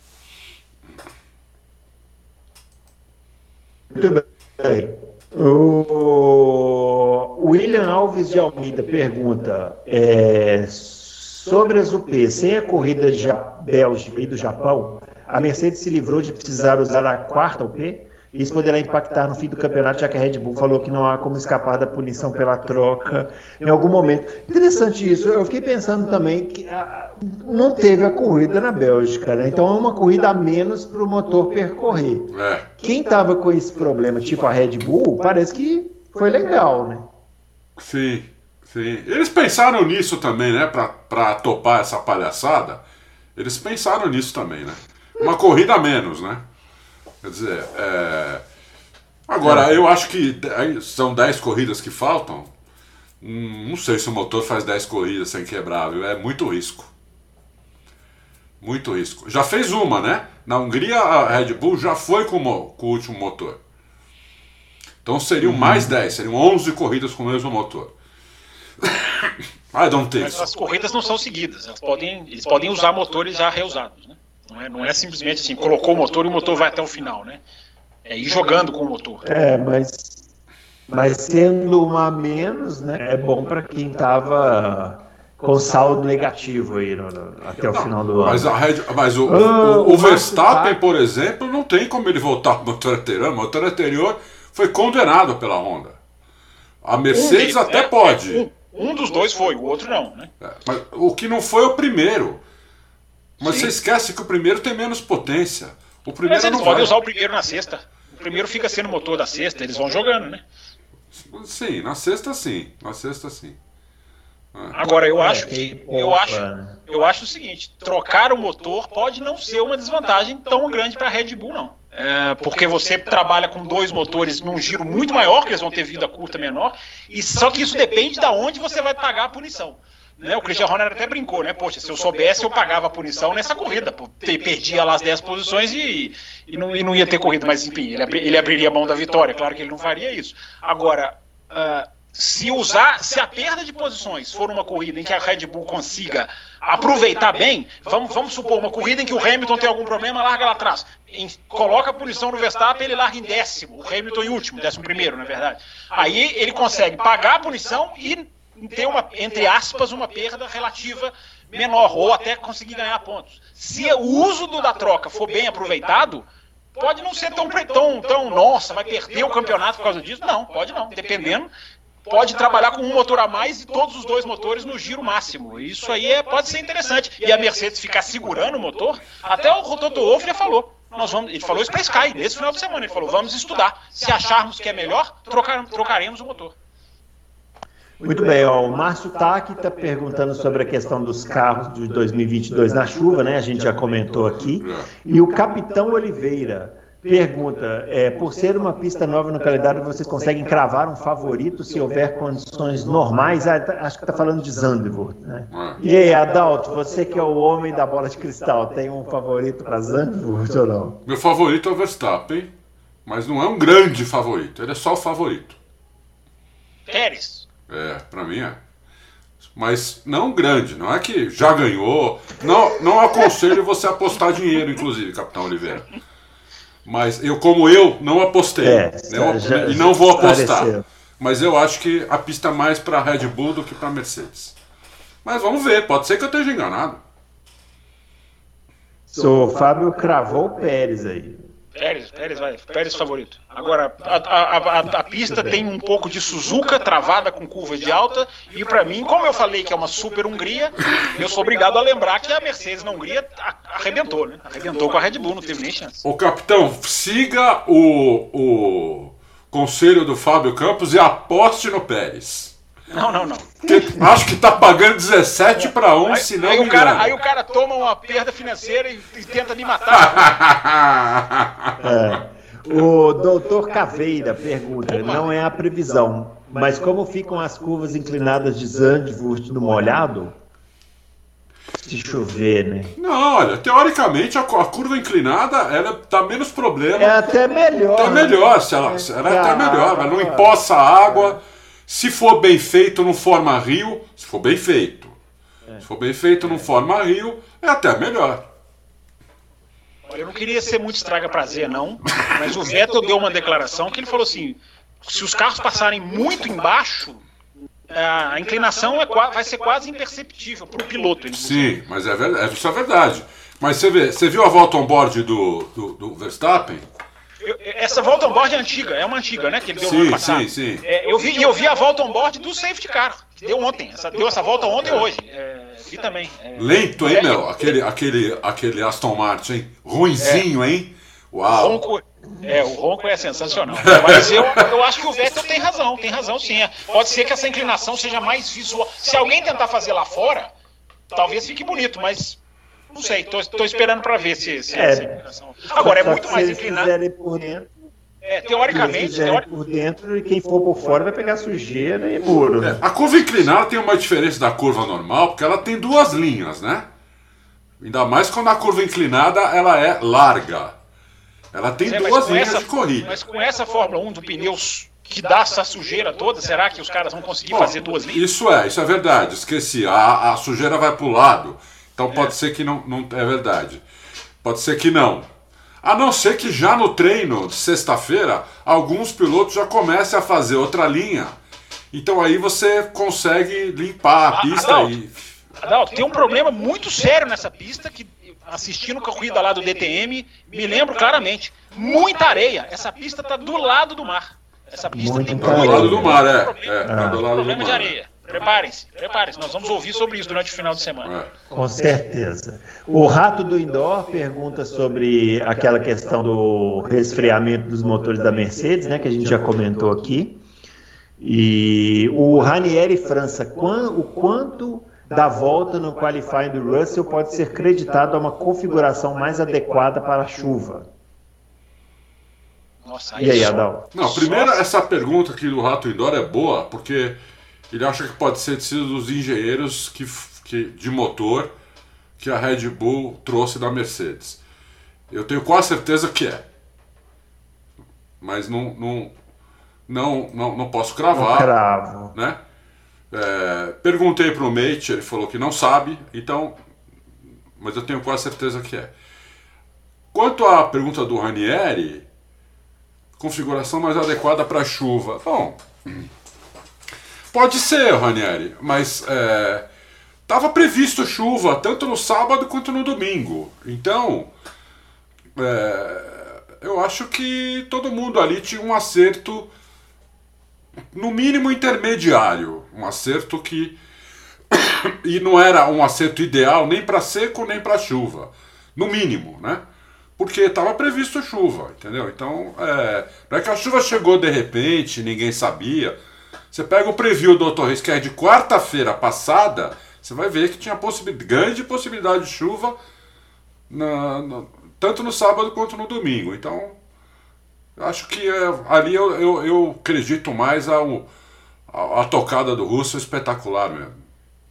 Muito bem. O William Alves de Almeida pergunta é, sobre as U P, sem a corrida de Bélgica e do Japão, a Mercedes se livrou de precisar usar a quarta U P? Isso poderá impactar no fim do campeonato, já que a Red Bull falou que não há como escapar da punição pela troca em algum momento. Interessante isso. Eu fiquei pensando também que a, não teve a corrida na Bélgica, né? Então é uma corrida a menos para o motor percorrer. É. Quem estava com esse problema, tipo a Red Bull, parece que foi legal, né? Sim, sim. Eles pensaram nisso também, né? Para topar essa palhaçada. Eles pensaram nisso também, né? Uma corrida a menos, né? Quer dizer, é... agora, eu acho que são dez corridas que faltam. Hum, não sei se o motor faz dez corridas sem quebrar, viu? É muito risco. Muito risco. Já fez uma, né? Na Hungria, a Red Bull já foi com o, com o último motor. Então seriam uhum. mais dez, seriam onze corridas com o mesmo motor. I don't think Mas so. as corridas não são seguidas. Elas podem, eles podem usar motores já reusados, né? Não é, não é simplesmente assim, colocou o motor e o motor vai até o final, né? É ir jogando com o motor. É, mas, mas sendo uma a menos, né? É bom para quem estava com saldo negativo aí no, no, até o não, final do mas ano. A Red, mas o, ah, o, o, o Verstappen, tá... por exemplo, não tem como ele voltar para o motor anterior. O motor anterior foi condenado pela Honda. A Mercedes um deles, até é, pode. É, um, um dos dois foi, o outro não, né? É, mas o que não foi o primeiro. Mas Sim. Você esquece que o primeiro tem menos potência. O primeiro Mas eles não podem vai. usar o primeiro na sexta. O primeiro fica sendo o motor da sexta, eles vão jogando, né? Sim, na sexta sim. Na sexta sim. É. Agora, eu acho que. Eu acho, eu acho o seguinte: trocar o motor pode não ser uma desvantagem tão grande para a Red Bull, não. É, porque você trabalha com dois motores num giro muito maior, que eles vão ter vida curta menor, e só que isso depende de onde você vai pagar a punição. Né, o Christian Horner até brincou, né? Poxa, se eu soubesse, eu pagava a punição nessa corrida. Pô, perdia lá as dez posições e, e, não, e não ia ter corrida. Mas, enfim, ele, abri, ele abriria a mão da vitória. Claro que ele não faria isso. Agora, uh, se usar, se a perda de posições for uma corrida em que a Red Bull consiga aproveitar bem, vamos, vamos supor, uma corrida em que o Hamilton tem algum problema, larga lá atrás. Em, coloca a punição no Verstappen, ele larga em décimo. O Hamilton em último, décimo primeiro, na verdade. Aí ele consegue pagar a punição e ter uma, entre aspas, uma perda relativa menor, ou até conseguir ganhar pontos. Se o uso do, da troca for bem aproveitado, pode não ser tão, tão, tão, nossa, vai perder o campeonato por causa disso. Não, pode não, dependendo. Pode trabalhar com um motor a mais e todos os dois motores no giro máximo. Isso aí é, pode ser interessante. E a Mercedes ficar segurando o motor, até o Toto Wolff já falou. Nós vamos, ele falou isso para a Sky, nesse final de semana. Ele falou, vamos estudar. Se acharmos que é melhor, trocar, trocaremos o motor. Muito bem, ó, o Márcio Taki está perguntando sobre a questão dos carros de dois mil e vinte e dois na chuva, né? A gente já comentou aqui. E o Capitão Oliveira pergunta, é, por ser uma pista nova no calendário, vocês conseguem cravar um favorito se houver condições normais? Ah, acho que está falando de Zandvoort, né? E aí, Adalto, você que é o homem da bola de cristal, tem um favorito para Zandvoort ou não? Meu favorito é o Verstappen, mas não é um grande favorito, ele é só o favorito. Pérez. É, pra mim é. Mas não grande, não é que já ganhou. Não, não aconselho você a apostar dinheiro, inclusive, Capitão Oliveira. Mas eu, como eu, não apostei. É, eu, já, e não vou apostar. Pareceu. Mas eu acho que a pista é mais pra Red Bull do que pra Mercedes. Mas vamos ver, pode ser que eu esteja enganado. O Fábio cravou o Pérez aí. Pérez, Pérez vai, Pérez favorito. Agora, a, a, a, a pista tem um pouco de Suzuka, travada com curva de alta, e para mim, como eu falei que é uma super Hungria, eu sou obrigado a lembrar que a Mercedes na Hungria arrebentou, né? Arrebentou com a Red Bull, não teve nem chance. Ô capitão, siga o, o conselho do Fábio Campos e aposte no Pérez. Não, não, não. Porque acho que tá pagando dezessete para um, se não aí, me o cara, engano. aí o cara toma uma perda financeira e, e tenta me matar. É. O doutor Caveira pergunta, não é a previsão, mas como ficam as curvas inclinadas de Zandvoort no molhado? Se chover, né? Não, olha, teoricamente a, a curva inclinada ela tá menos problema. É até melhor. É melhor, se ela, se ela é até melhor, ela não empoça a água. Se for bem feito, não forma rio. Se for bem feito. Se for bem feito, não forma rio, é até melhor. Eu não queria ser muito estraga-prazer, não, mas o Vettel deu uma declaração que ele falou assim, se os carros passarem muito embaixo, a inclinação é, vai ser quase imperceptível para o piloto. Ele Sim, mas é verdade, isso é verdade. Mas você, vê, você viu a volta on-board do, do, do Verstappen? Eu, essa volta on-board é antiga, é uma antiga, né? Que ele deu sim, no ano passado. Sim, sim. É, eu vi, eu vi a volta on-board do safety car, que deu ontem. Essa, deu essa volta ontem ou hoje. É, vi também. É, Lento, hein, é, meu? Aquele, aquele, aquele Aston Martin, hein? Ruinzinho, é. hein? Uau! Ronco, é, o ronco é sensacional. Mas eu, eu acho que o Vettel tem razão, tem razão sim. É. Pode ser que essa inclinação seja mais visual. Se alguém tentar fazer lá fora, talvez fique bonito, mas... Não sei, tô, tô esperando para ver se, se é, essa inclinação... Agora, é muito mais inclinado. Por dentro, é, teoricamente... Teori... por dentro e quem for por fora vai pegar sujeira e muro. É, a curva inclinada tem uma diferença da curva normal, porque ela tem duas linhas, né? Ainda mais quando a curva inclinada ela é larga. Ela tem é, duas linhas essa, de corrida. Mas com essa Fórmula um do pneus que dá essa sujeira toda, será que os caras vão conseguir Bom, fazer duas linhas? Isso é, isso é verdade. Esqueci, a, a sujeira vai para o lado. Então pode é. ser que não, não... É verdade. Pode ser que não. A não ser que já no treino de sexta-feira, alguns pilotos já comecem a fazer outra linha. Então aí você consegue limpar a pista. Adalto, e... Adalto, tem um problema muito sério nessa pista que, assistindo a corrida lá do D T M, me lembro claramente. Muita areia. Essa pista está do lado do mar. Essa pista muito tem do lado do mar, é. é tá do lado problema do de mar. areia. Preparem-se, preparem-se. Nós vamos ouvir sobre isso durante o final de semana. Com certeza. O Rato do Indoor pergunta sobre aquela questão do resfriamento dos motores da Mercedes, né, que a gente já comentou aqui. E o Ranieri França, o quanto da volta no qualifying do Russell pode ser creditado a uma configuração mais adequada para a chuva? Nossa, e aí, Adal? Não, primeiro, essa pergunta aqui do Rato Indoor é boa, porque ele acha que pode ser sido dos engenheiros que, que, de motor que a Red Bull trouxe da Mercedes. Eu tenho quase certeza que é. Mas não, não, não, não, não posso cravar. Não cravo. Né? É, perguntei para o Mate, ele falou que não sabe, então, mas eu tenho quase certeza que é. Quanto à pergunta do Ranieri, configuração mais adequada para chuva. Bom... Pode ser, Ranieri, mas estava é, previsto chuva tanto no sábado quanto no domingo. Então, é, eu acho que todo mundo ali tinha um acerto, no mínimo intermediário. Um acerto que... e não era um acerto ideal nem para seco nem para chuva. No mínimo, né? Porque estava previsto chuva, entendeu? Então, é, não é que a chuva chegou de repente, ninguém sabia... Você pega o preview do Auto Race, que é de quarta-feira passada, você vai ver que tinha possibilidade, grande possibilidade de chuva na, na, tanto no sábado quanto no domingo. Então, acho que é, ali eu, eu, eu acredito mais ao, a, a tocada do Russell espetacular mesmo.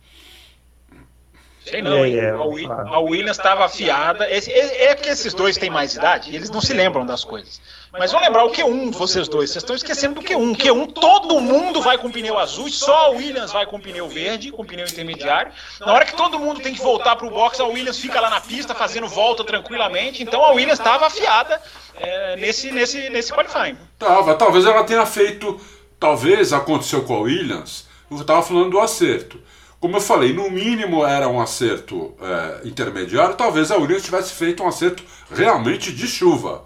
Sei não, hein? A Williams estava afiada. Esse, é, é que esses dois têm mais idade e eles não se lembram das coisas. Mas vão lembrar o Q um, vocês dois. Vocês estão esquecendo do Q um. Q um, todo mundo vai com pneu azul e só a Williams vai com pneu verde, com pneu intermediário. Na hora que todo mundo tem que voltar para o box, a Williams fica lá na pista fazendo volta tranquilamente. Então a Williams estava afiada é, nesse, nesse, nesse qualifying. Tava, talvez ela tenha feito. Talvez aconteceu com a Williams. Eu estava falando do acerto. Como eu falei, no mínimo era um acerto é, intermediário, talvez a Williams tivesse feito um acerto realmente de chuva.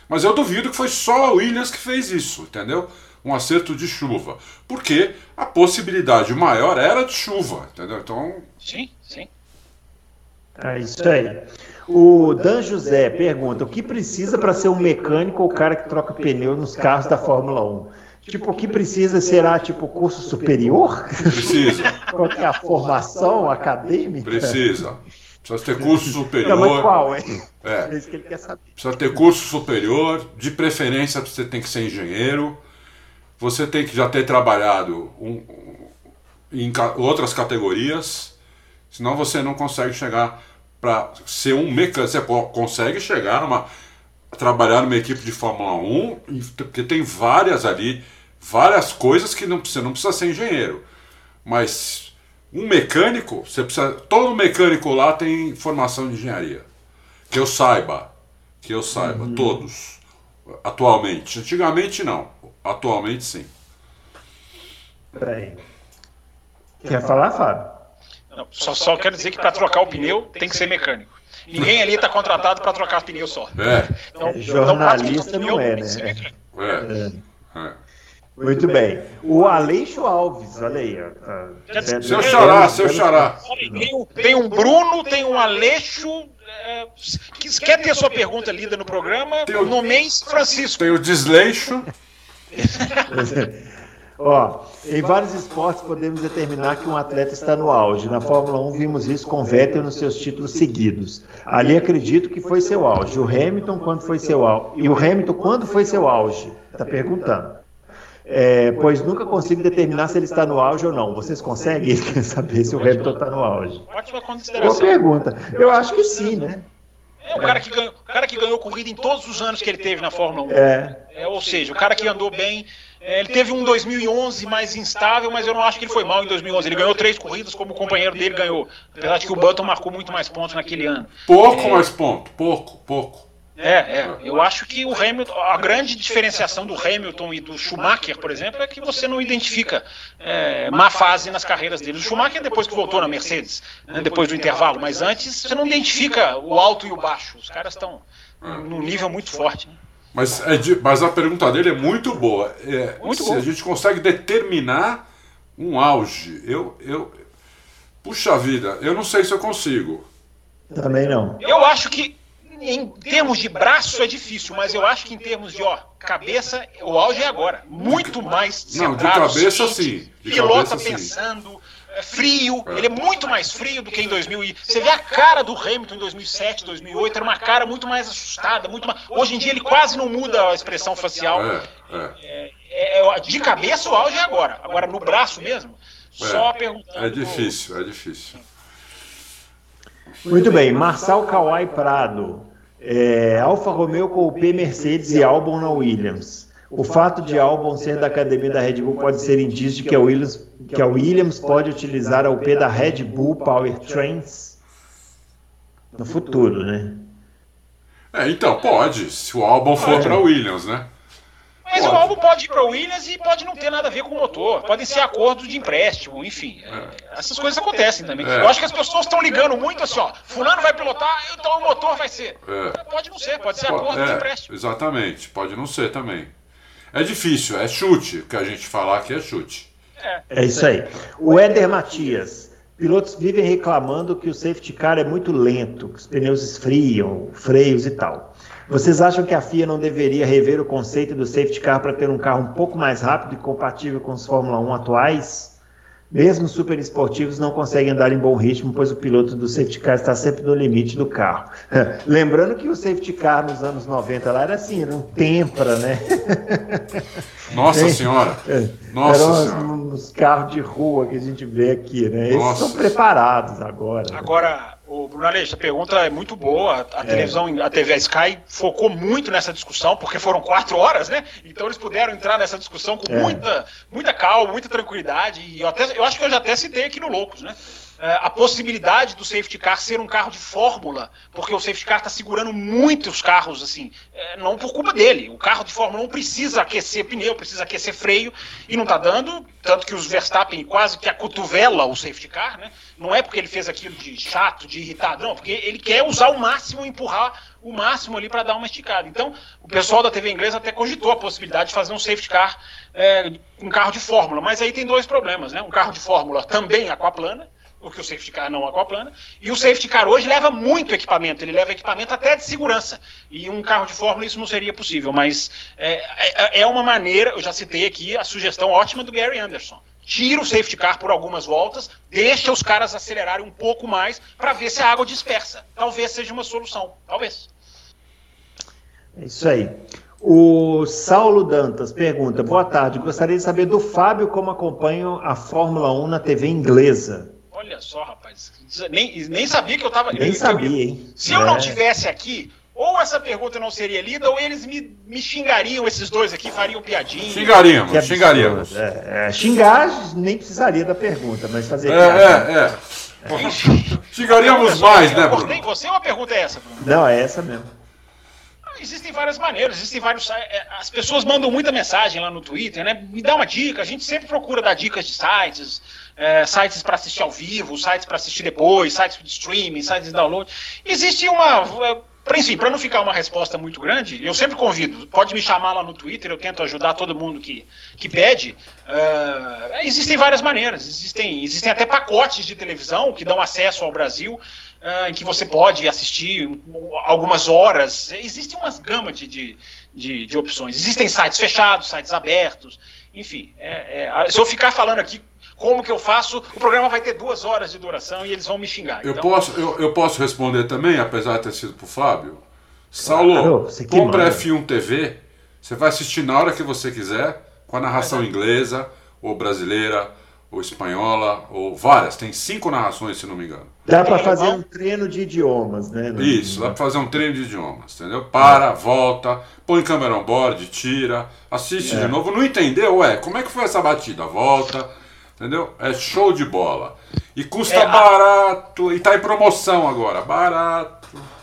Mas eu duvido que foi só a Williams que fez isso, entendeu? Um acerto de chuva. Porque a possibilidade maior era de chuva, entendeu? Então... Sim, sim. É isso aí. O Dan José pergunta, o que precisa para ser um mecânico ou cara que troca pneu nos carros da Fórmula um? Tipo, o que precisa será, tipo, curso superior? Precisa. Qual que é a formação acadêmica? Precisa. Precisa ter curso superior. Não, mas qual, hein? É. É isso que ele quer saber. Precisa ter curso superior. De preferência, você tem que ser engenheiro. Você tem que já ter trabalhado um, em outras categorias. Senão você não consegue chegar para ser um mecânico. Você consegue chegar numa... trabalhar numa equipe de Fórmula um, porque tem várias ali, várias coisas que não, você não precisa ser engenheiro. Mas um mecânico, você precisa, todo mecânico lá tem formação de engenharia. Que eu saiba, que eu saiba, uhum. Todos, atualmente. Antigamente não, atualmente sim. Peraí. Quer falar, Fábio? Não, só, só quero dizer que para trocar o pneu tem que ser mecânico. Ninguém ali está contratado para trocar pneu só. É. Então, é jornalista não, não é, né? É. É. É. Muito bem. O Aleixo Alves, olha aí. Tá... Seu xará, seu xará. Tem, tem um Bruno, tem um Aleixo. É, que quer ter sua pergunta lida no programa, tem o, no mês Francisco. Tem o desleixo. Ó, em vários esportes podemos determinar que um atleta está no auge. Na Fórmula um vimos isso com Vettel nos seus títulos seguidos. Ali acredito que foi seu auge. O Hamilton quando foi seu auge? E o Hamilton quando foi seu auge? Está perguntando. É, pois nunca consigo determinar se ele está no auge ou não. Vocês conseguem saber se o Hamilton está no auge? Ótima consideração. Boa pergunta. Eu acho que sim, né? É o cara que ganhou, o cara que ganhou corrida em todos os anos que ele teve na Fórmula um. É. É, ou seja, o cara que andou bem. É, ele teve um dois mil e onze mais instável, mas eu não acho que ele foi mal em dois mil e onze. Ele ganhou três corridas como o companheiro dele ganhou. Apesar de que o Button marcou muito mais pontos naquele ano. Pouco é, mais ponto, pouco, pouco. É, é. Eu acho que o Hamilton, a grande diferenciação do Hamilton e do Schumacher, por exemplo, é que você não identifica é, má fase nas carreiras dele. O Schumacher depois que voltou na Mercedes, né, depois do intervalo, mas antes você não identifica o alto e o baixo. Os caras estão num nível muito forte, né? Mas, é de, mas a pergunta dele é muito boa. É, muito se bom. A gente consegue determinar um auge. Eu, eu, puxa vida, eu não sei se eu consigo. Também não. Eu acho que em termos de braço é difícil, mas eu acho que em termos de ó, cabeça, o auge é agora. Muito mais centrado. Não, de cabeça sim. De pilota cabeça, pensando. Sim. Frio, é. Ele é muito mais frio do que em dois mil. Você vê a cara do Hamilton em dois mil e sete, dois mil e oito, era uma cara muito mais assustada, muito mais... Hoje em dia ele quase não muda a expressão facial. É, é. É, é, de cabeça o auge é agora. Agora no braço mesmo, só é, perguntando. É difícil, é difícil. Muito bem, Marçal Kawai Prado. É, Alfa Romeo com o P Mercedes e Albon na Williams. O fato de Albon ser da academia da Red Bull pode ser indício de que a Williams, que a Williams pode utilizar a U P da Red Bull Powertrains no futuro, né? É, então, pode, se o Albon for é. para a Williams, né? Mas pode. O Albon pode ir para a Williams e pode não ter nada a ver com o motor. Podem ser acordos de empréstimo, enfim. É. Essas coisas acontecem também. É. Eu acho que as pessoas estão ligando muito assim, ó, fulano vai pilotar, então o motor vai ser. É. Pode não ser, pode ser acordo é, de empréstimo. Exatamente, pode não ser também. É difícil, é chute, que a gente falar aqui é chute. É, é isso aí. O Éder Matias. Pilotos vivem reclamando que o safety car é muito lento, que os pneus esfriam, freios e tal. Vocês acham que a F I A não deveria rever o conceito do safety car para ter um carro um pouco mais rápido e compatível com os Fórmula um atuais? Mesmo super esportivos não conseguem andar em bom ritmo, pois o piloto do safety car está sempre no limite do carro. Lembrando que o safety car nos anos noventa lá era assim, era um Tempra, né? Nossa Tem, senhora! Nossa eram senhora! Os, os carros de rua que a gente vê aqui, né? Eles Nossa. São preparados agora. Agora, o Bruno Aleixo, a pergunta é muito boa. A, a é. televisão, a T V Sky focou muito nessa discussão, porque foram quatro horas, né? Então eles puderam entrar nessa discussão com é. muita, muita calma, muita tranquilidade. E eu, até, eu acho que eu já até citei aqui no Loucos, né? A possibilidade do safety car ser um carro de fórmula, porque o safety car está segurando muitos carros, assim, não por culpa dele. O carro de Fórmula um precisa aquecer pneu, precisa aquecer freio, e não está dando, tanto que os Verstappen quase que acotovela o safety car, né? Não é porque ele fez aquilo de chato, de irritado, não, porque ele quer usar o máximo e empurrar o máximo ali para dar uma esticada. Então, o pessoal da T V inglesa até cogitou a possibilidade de fazer um safety car é, um carro de fórmula, mas aí tem dois problemas, né? Um carro de fórmula também aquaplana, porque o safety car não aquaplana, e o safety car hoje leva muito equipamento, ele leva equipamento até de segurança, e um carro de fórmula isso não seria possível, mas é, é, é uma maneira, eu já citei aqui a sugestão ótima do Gary Anderson, tira o safety car por algumas voltas, deixa os caras acelerarem um pouco mais para ver se a água dispersa. Talvez seja uma solução. Talvez. É isso aí. O Saulo Dantas pergunta, boa tarde, gostaria de saber do Fábio como acompanham a Fórmula um na T V inglesa. Olha só, rapaz, nem, nem sabia que eu estava... Nem eu, sabia, eu, hein? Se é. eu não tivesse aqui... Ou essa pergunta não seria lida, ou eles me, me xingariam, esses dois aqui, fariam piadinha. Xingaríamos, xingaríamos. É, é, xingar nem precisaria da pergunta, mas fazer é, piada. É, é. Xingaríamos mais, né, Bruno? Você, uma pergunta é essa, Bruno? Não, é essa mesmo. Existem várias maneiras, existem vários... As pessoas mandam muita mensagem lá no Twitter, né? Me dá uma dica, a gente sempre procura dar dicas de sites, é, sites para assistir ao vivo, sites para assistir depois, sites de streaming, sites de download. Existe uma... Enfim, para não ficar uma resposta muito grande, eu sempre convido, pode me chamar lá no Twitter, eu tento ajudar todo mundo que, que pede. Uh, existem várias maneiras, existem, existem até pacotes de televisão que dão acesso ao Brasil, uh, em que você pode assistir algumas horas. Existe uma gama de, de, de, de opções. Existem sites fechados, sites abertos, enfim. É, é, se eu ficar falando aqui como que eu faço, o programa vai ter duas horas de duração e eles vão me xingar. Eu, então... posso, eu, eu posso responder também, apesar de ter sido pro Fábio? Saulo, claro, compra F um T V, você vai assistir na hora que você quiser, com a narração inglesa, ou brasileira, ou espanhola, ou várias. Tem cinco narrações, se não me engano. Dá para fazer um treino de idiomas, né? No... Isso, dá para fazer um treino de idiomas, entendeu? Para, é. volta, põe câmera on board, tira, assiste é. de novo. Não entendeu? Ué, como é que foi essa batida? Volta... Entendeu? É show de bola. E custa é, barato. A... E tá em promoção agora. Barato.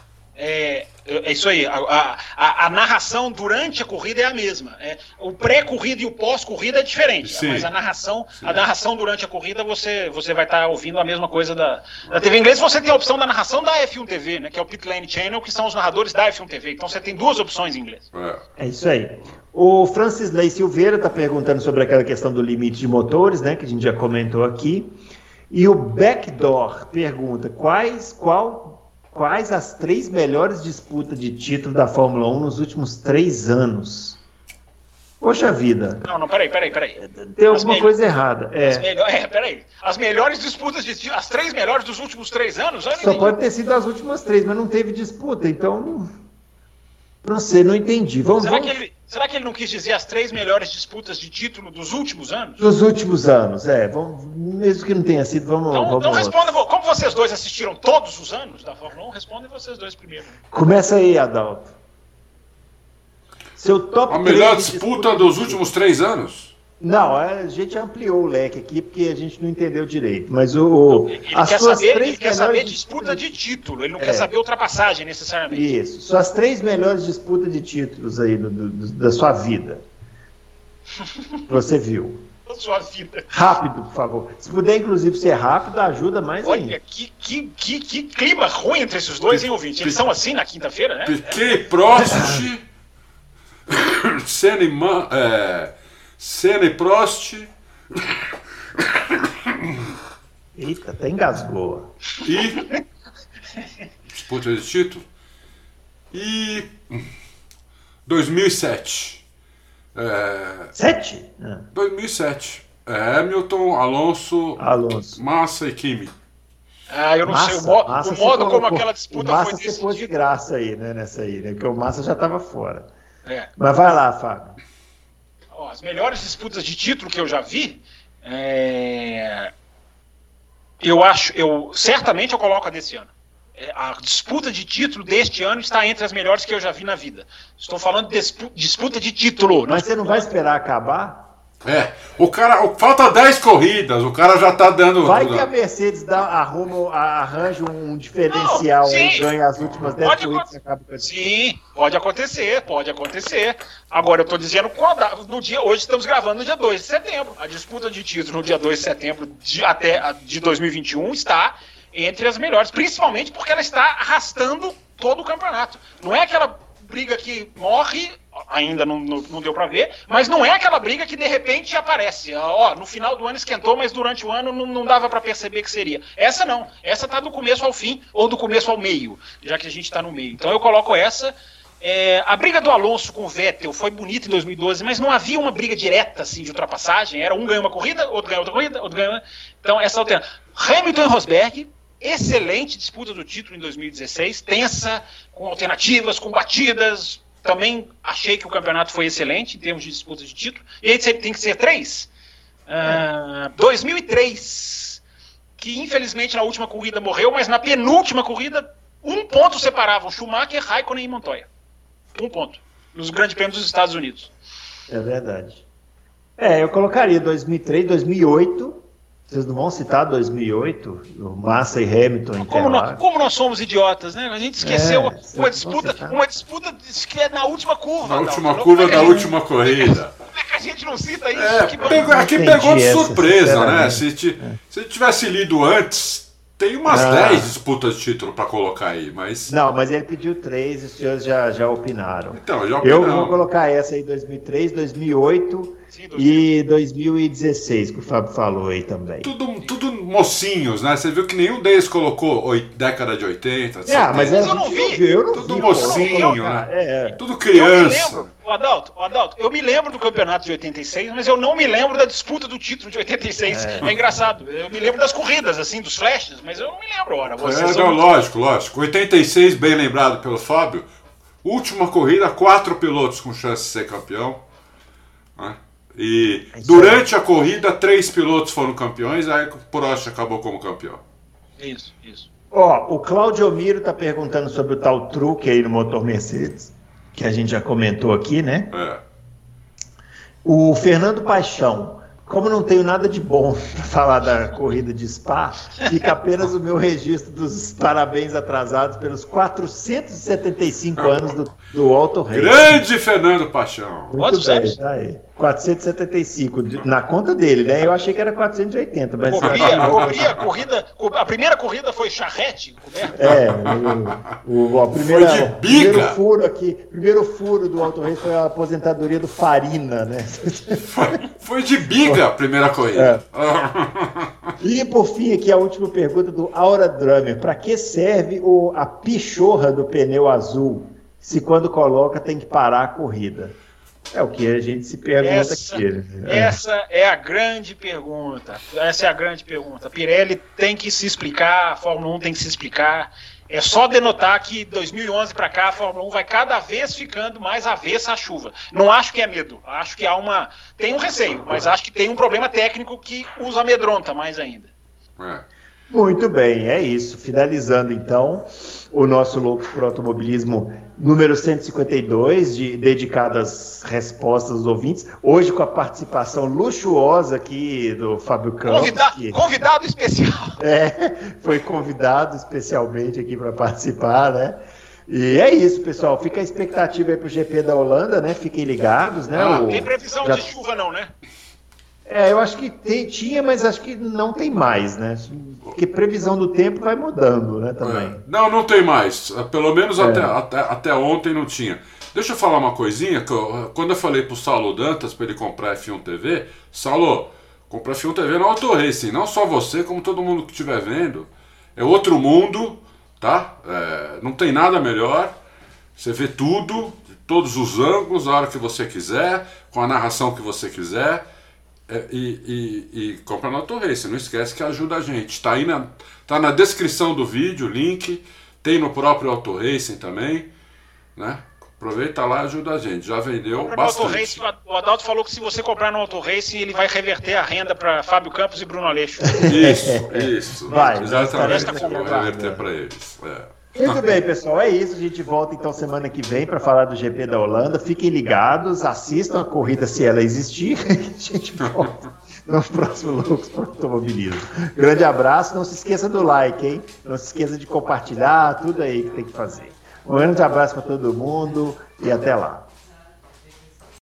É, é isso aí. A, a, a narração durante a corrida é a mesma. É, o pré-corrida e o pós-corrida é diferente. Sim. Mas a narração, a narração durante a corrida você, você vai estar tá ouvindo a mesma coisa da, da T V inglesa. Você tem a opção da narração da F um T V, né, que é o Pit Lane Channel, que são os narradores da F um T V. Então você tem duas opções em inglês. É, é isso aí. O Francis Ley Silveira está perguntando sobre aquela questão do limite de motores, né, que a gente já comentou aqui. E o Backdoor pergunta quais, qual, quais as três melhores disputas de título da Fórmula um nos últimos três anos. Poxa vida. Não, não, peraí, peraí, peraí. Tem alguma coisa errada. É. As melhor, é, peraí. As melhores disputas, de, as três melhores dos últimos três anos? Só pode ter sido as últimas três, mas não teve disputa, então... Não sei, não entendi. Vamos, será, vamos... Que ele, será que ele não quis dizer as três melhores disputas de título dos últimos anos? Dos últimos anos, é. Vamos, mesmo que não tenha sido, vamos... Então, vamos então responda, como vocês dois assistiram todos os anos da Fórmula um, respondem vocês dois primeiro. Começa aí, Adalto. Seu top A melhor disputa, disputa dos últimos três anos? Não, a gente ampliou o leque aqui porque a gente não entendeu direito. Mas o. Ele as quer suas saber, três ele quer saber disputa de título, ele não é. quer saber ultrapassagem necessariamente. Isso, suas três melhores disputas de títulos aí do, do, do, da sua vida. Você viu. Da sua vida. Rápido, por favor. Se puder, inclusive, ser rápido, ajuda mais Olha, ainda. Olha, que, que, que, que clima ruim entre esses dois, hein, ouvinte? Eles são assim na quinta-feira, né? Piquet, Prost, Senna e Man... É... Senna e Prost. Eita, até engasgou. E. Disputa de título. E. dois mil e sete. É... Sete? Ah. dois mil e sete. É Hamilton, Alonso, Alonso, Massa e Kimi. Ah, eu não Massa, sei. O, mo Massa o modo colocou, como aquela disputa o Massa foi decidida. Você pôs de graça aí, né, nessa aí, né? Porque o Massa já estava fora. É. Mas vai lá, Fábio. As melhores disputas de título que eu já vi, é... eu acho, eu certamente eu coloco a desse ano. A disputa de título deste ano está entre as melhores que eu já vi na vida. Estou falando de disputa de título. Mas você não vai esperar acabar? É, o cara, falta dez corridas, o cara já tá dando... Vai que a Mercedes dá, arruma, arranja um diferencial não, e ganha as últimas dez corridas e acaba com isso. Sim, pode acontecer, pode acontecer. Agora eu tô dizendo, no dia, hoje estamos gravando no dia dois de setembro. A disputa de título no dia dois de setembro de, até de dois mil e vinte e um está entre as melhores, principalmente porque ela está arrastando todo o campeonato. Não é aquela briga que morre, ainda não, não, não deu para ver, mas não é aquela briga que de repente aparece. Ó, no final do ano esquentou, mas durante o ano não, não dava para perceber que seria. Essa não, essa tá do começo ao fim, ou do começo ao meio, já que a gente tá no meio. Então eu coloco essa. É, a briga do Alonso com o Vettel foi bonita em dois mil e doze, mas não havia uma briga direta assim, de ultrapassagem. Era um ganha uma corrida, outro ganha outra corrida, outro ganha uma... Então essa alternativa. Hamilton e Rosberg, excelente disputa do título em dois mil e dezesseis, tensa, com alternativas, com batidas. Também achei que o campeonato foi excelente em termos de disputa de título. E aí tem que ser três. Uh, dois mil e três, que infelizmente na última corrida morreu, mas na penúltima corrida, um ponto separavam Schumacher, Raikkonen e Montoya. Um ponto. Nos grandes prêmios dos Estados Unidos. É verdade. É, eu colocaria dois mil e três, dois mil e oito. Vocês não vão citar dois mil e oito? O Massa e Hamilton. Como nós, como nós somos idiotas, né? A gente esqueceu é, uma, disputa, uma disputa que é na última curva. Na última não, curva da última corrida. Como é que a gente não cita isso? É, que pegou, aqui pegou de surpresa, né? Se, te, é. se tivesse lido antes... Tem umas ah. dez disputas de título para colocar aí, mas... Não, mas ele pediu três e os senhores já, já opinaram. Então, já opinaram. Eu vou colocar essa aí, dois mil e três, dois mil e oito Sim, e dois mil e dezesseis, que o Fábio falou aí também. Tudo, tudo mocinhos, né? Você viu que nenhum deles colocou oito, década de oitenta, Ah, mas é, eu não vi. Eu não tudo vi, mocinho, pô, né? É. Tudo criança. O Adalto, o Adalto, eu me lembro do campeonato de oitenta e seis, mas eu não me lembro da disputa do título de oitenta e seis. É, é engraçado. Eu me lembro das corridas, assim, dos flashes, mas eu não me lembro, ora. É, não, lógico, lógico. oitenta e seis, bem lembrado pelo Fábio. Última corrida, quatro pilotos com chance de ser campeão. Né? E é durante a corrida, três pilotos foram campeões, aí o Prost acabou como campeão. Isso, isso. Ó, o Claudio Miro tá perguntando sobre o tal truque aí no motor Mercedes, que a gente já comentou aqui, né? É. O Fernando Paixão, como não tenho nada de bom para falar da corrida de Spa, fica apenas o meu registro dos parabéns atrasados pelos quatrocentos e setenta e cinco anos do, do Auto Racing. Grande Fernando Paixão. Muito bem, tá aí. quatrocentos e setenta e cinco, na conta dele, né? Eu achei que era quatrocentos e oitenta. Mas corria, corria, a, corrida, a primeira corrida foi charrete? É, o, o, a primeira, foi de biga. O primeiro furo aqui, primeiro furo do Auto Racing foi a aposentadoria do Farina, né? Foi, foi de biga a primeira corrida. É. E por fim aqui a última pergunta do Aura Drummer. Para que serve o, a pichorra do pneu azul se quando coloca tem que parar a corrida? É o que a gente se pergunta essa, aqui. Né? Essa é a grande pergunta. Essa é a grande pergunta. A Pirelli tem que se explicar, a Fórmula um tem que se explicar. É só denotar que de dois mil e onze para cá a Fórmula um vai cada vez ficando mais avessa à chuva. Não acho que é medo. Acho que há uma... Tem um receio, mas acho que tem um problema técnico que os amedronta mais ainda. É. Muito bem, é isso. Finalizando então o nosso Loucos por Automobilismo número cento e cinquenta e dois, de, dedicado às respostas dos ouvintes. Hoje com a participação luxuosa aqui do Fábio Campos. Convida que, convidado especial. É, foi convidado especialmente aqui para participar, né? E é isso, pessoal. Fica a expectativa aí para o G P da Holanda, né? Fiquem ligados, né? Ah, o... Tem previsão Já... de chuva não, né? É, eu acho que tem, tinha, mas acho que não tem mais, né? Porque previsão do tempo vai mudando, né, também. É. Não, não tem mais. Pelo menos é. até, até, até ontem não tinha. Deixa eu falar uma coisinha, que eu, quando eu falei pro Saulo Dantas para ele comprar F um T V, Saulo, compra F um T V no Auto Racing, não só você, como todo mundo que estiver vendo. É outro mundo, tá? É, não tem nada melhor. Você vê tudo, de todos os ângulos, a hora que você quiser, com a narração que você quiser. É, e, e, e compra no Auto Racing, não esquece que ajuda a gente. Tá aí na, tá na descrição do vídeo, o link, tem no próprio Auto Racing também, né? Aproveita lá e ajuda a gente. Já vendeu compra bastante. Racing, o Adalto falou que se você comprar no Auto Racing, ele vai reverter a renda para Fábio Campos e Bruno Aleixo. Isso, isso. Vai, exatamente. Vou reverter para eles. É. Muito bem, pessoal, é isso. A gente volta então semana que vem para falar do G P da Holanda. Fiquem ligados, assistam a corrida se ela existir. A gente volta no próximo Loucos por Automobilismo. Grande abraço, não se esqueça do like, hein? Não se esqueça de compartilhar, tudo aí que tem que fazer. Um grande abraço para todo mundo e até lá.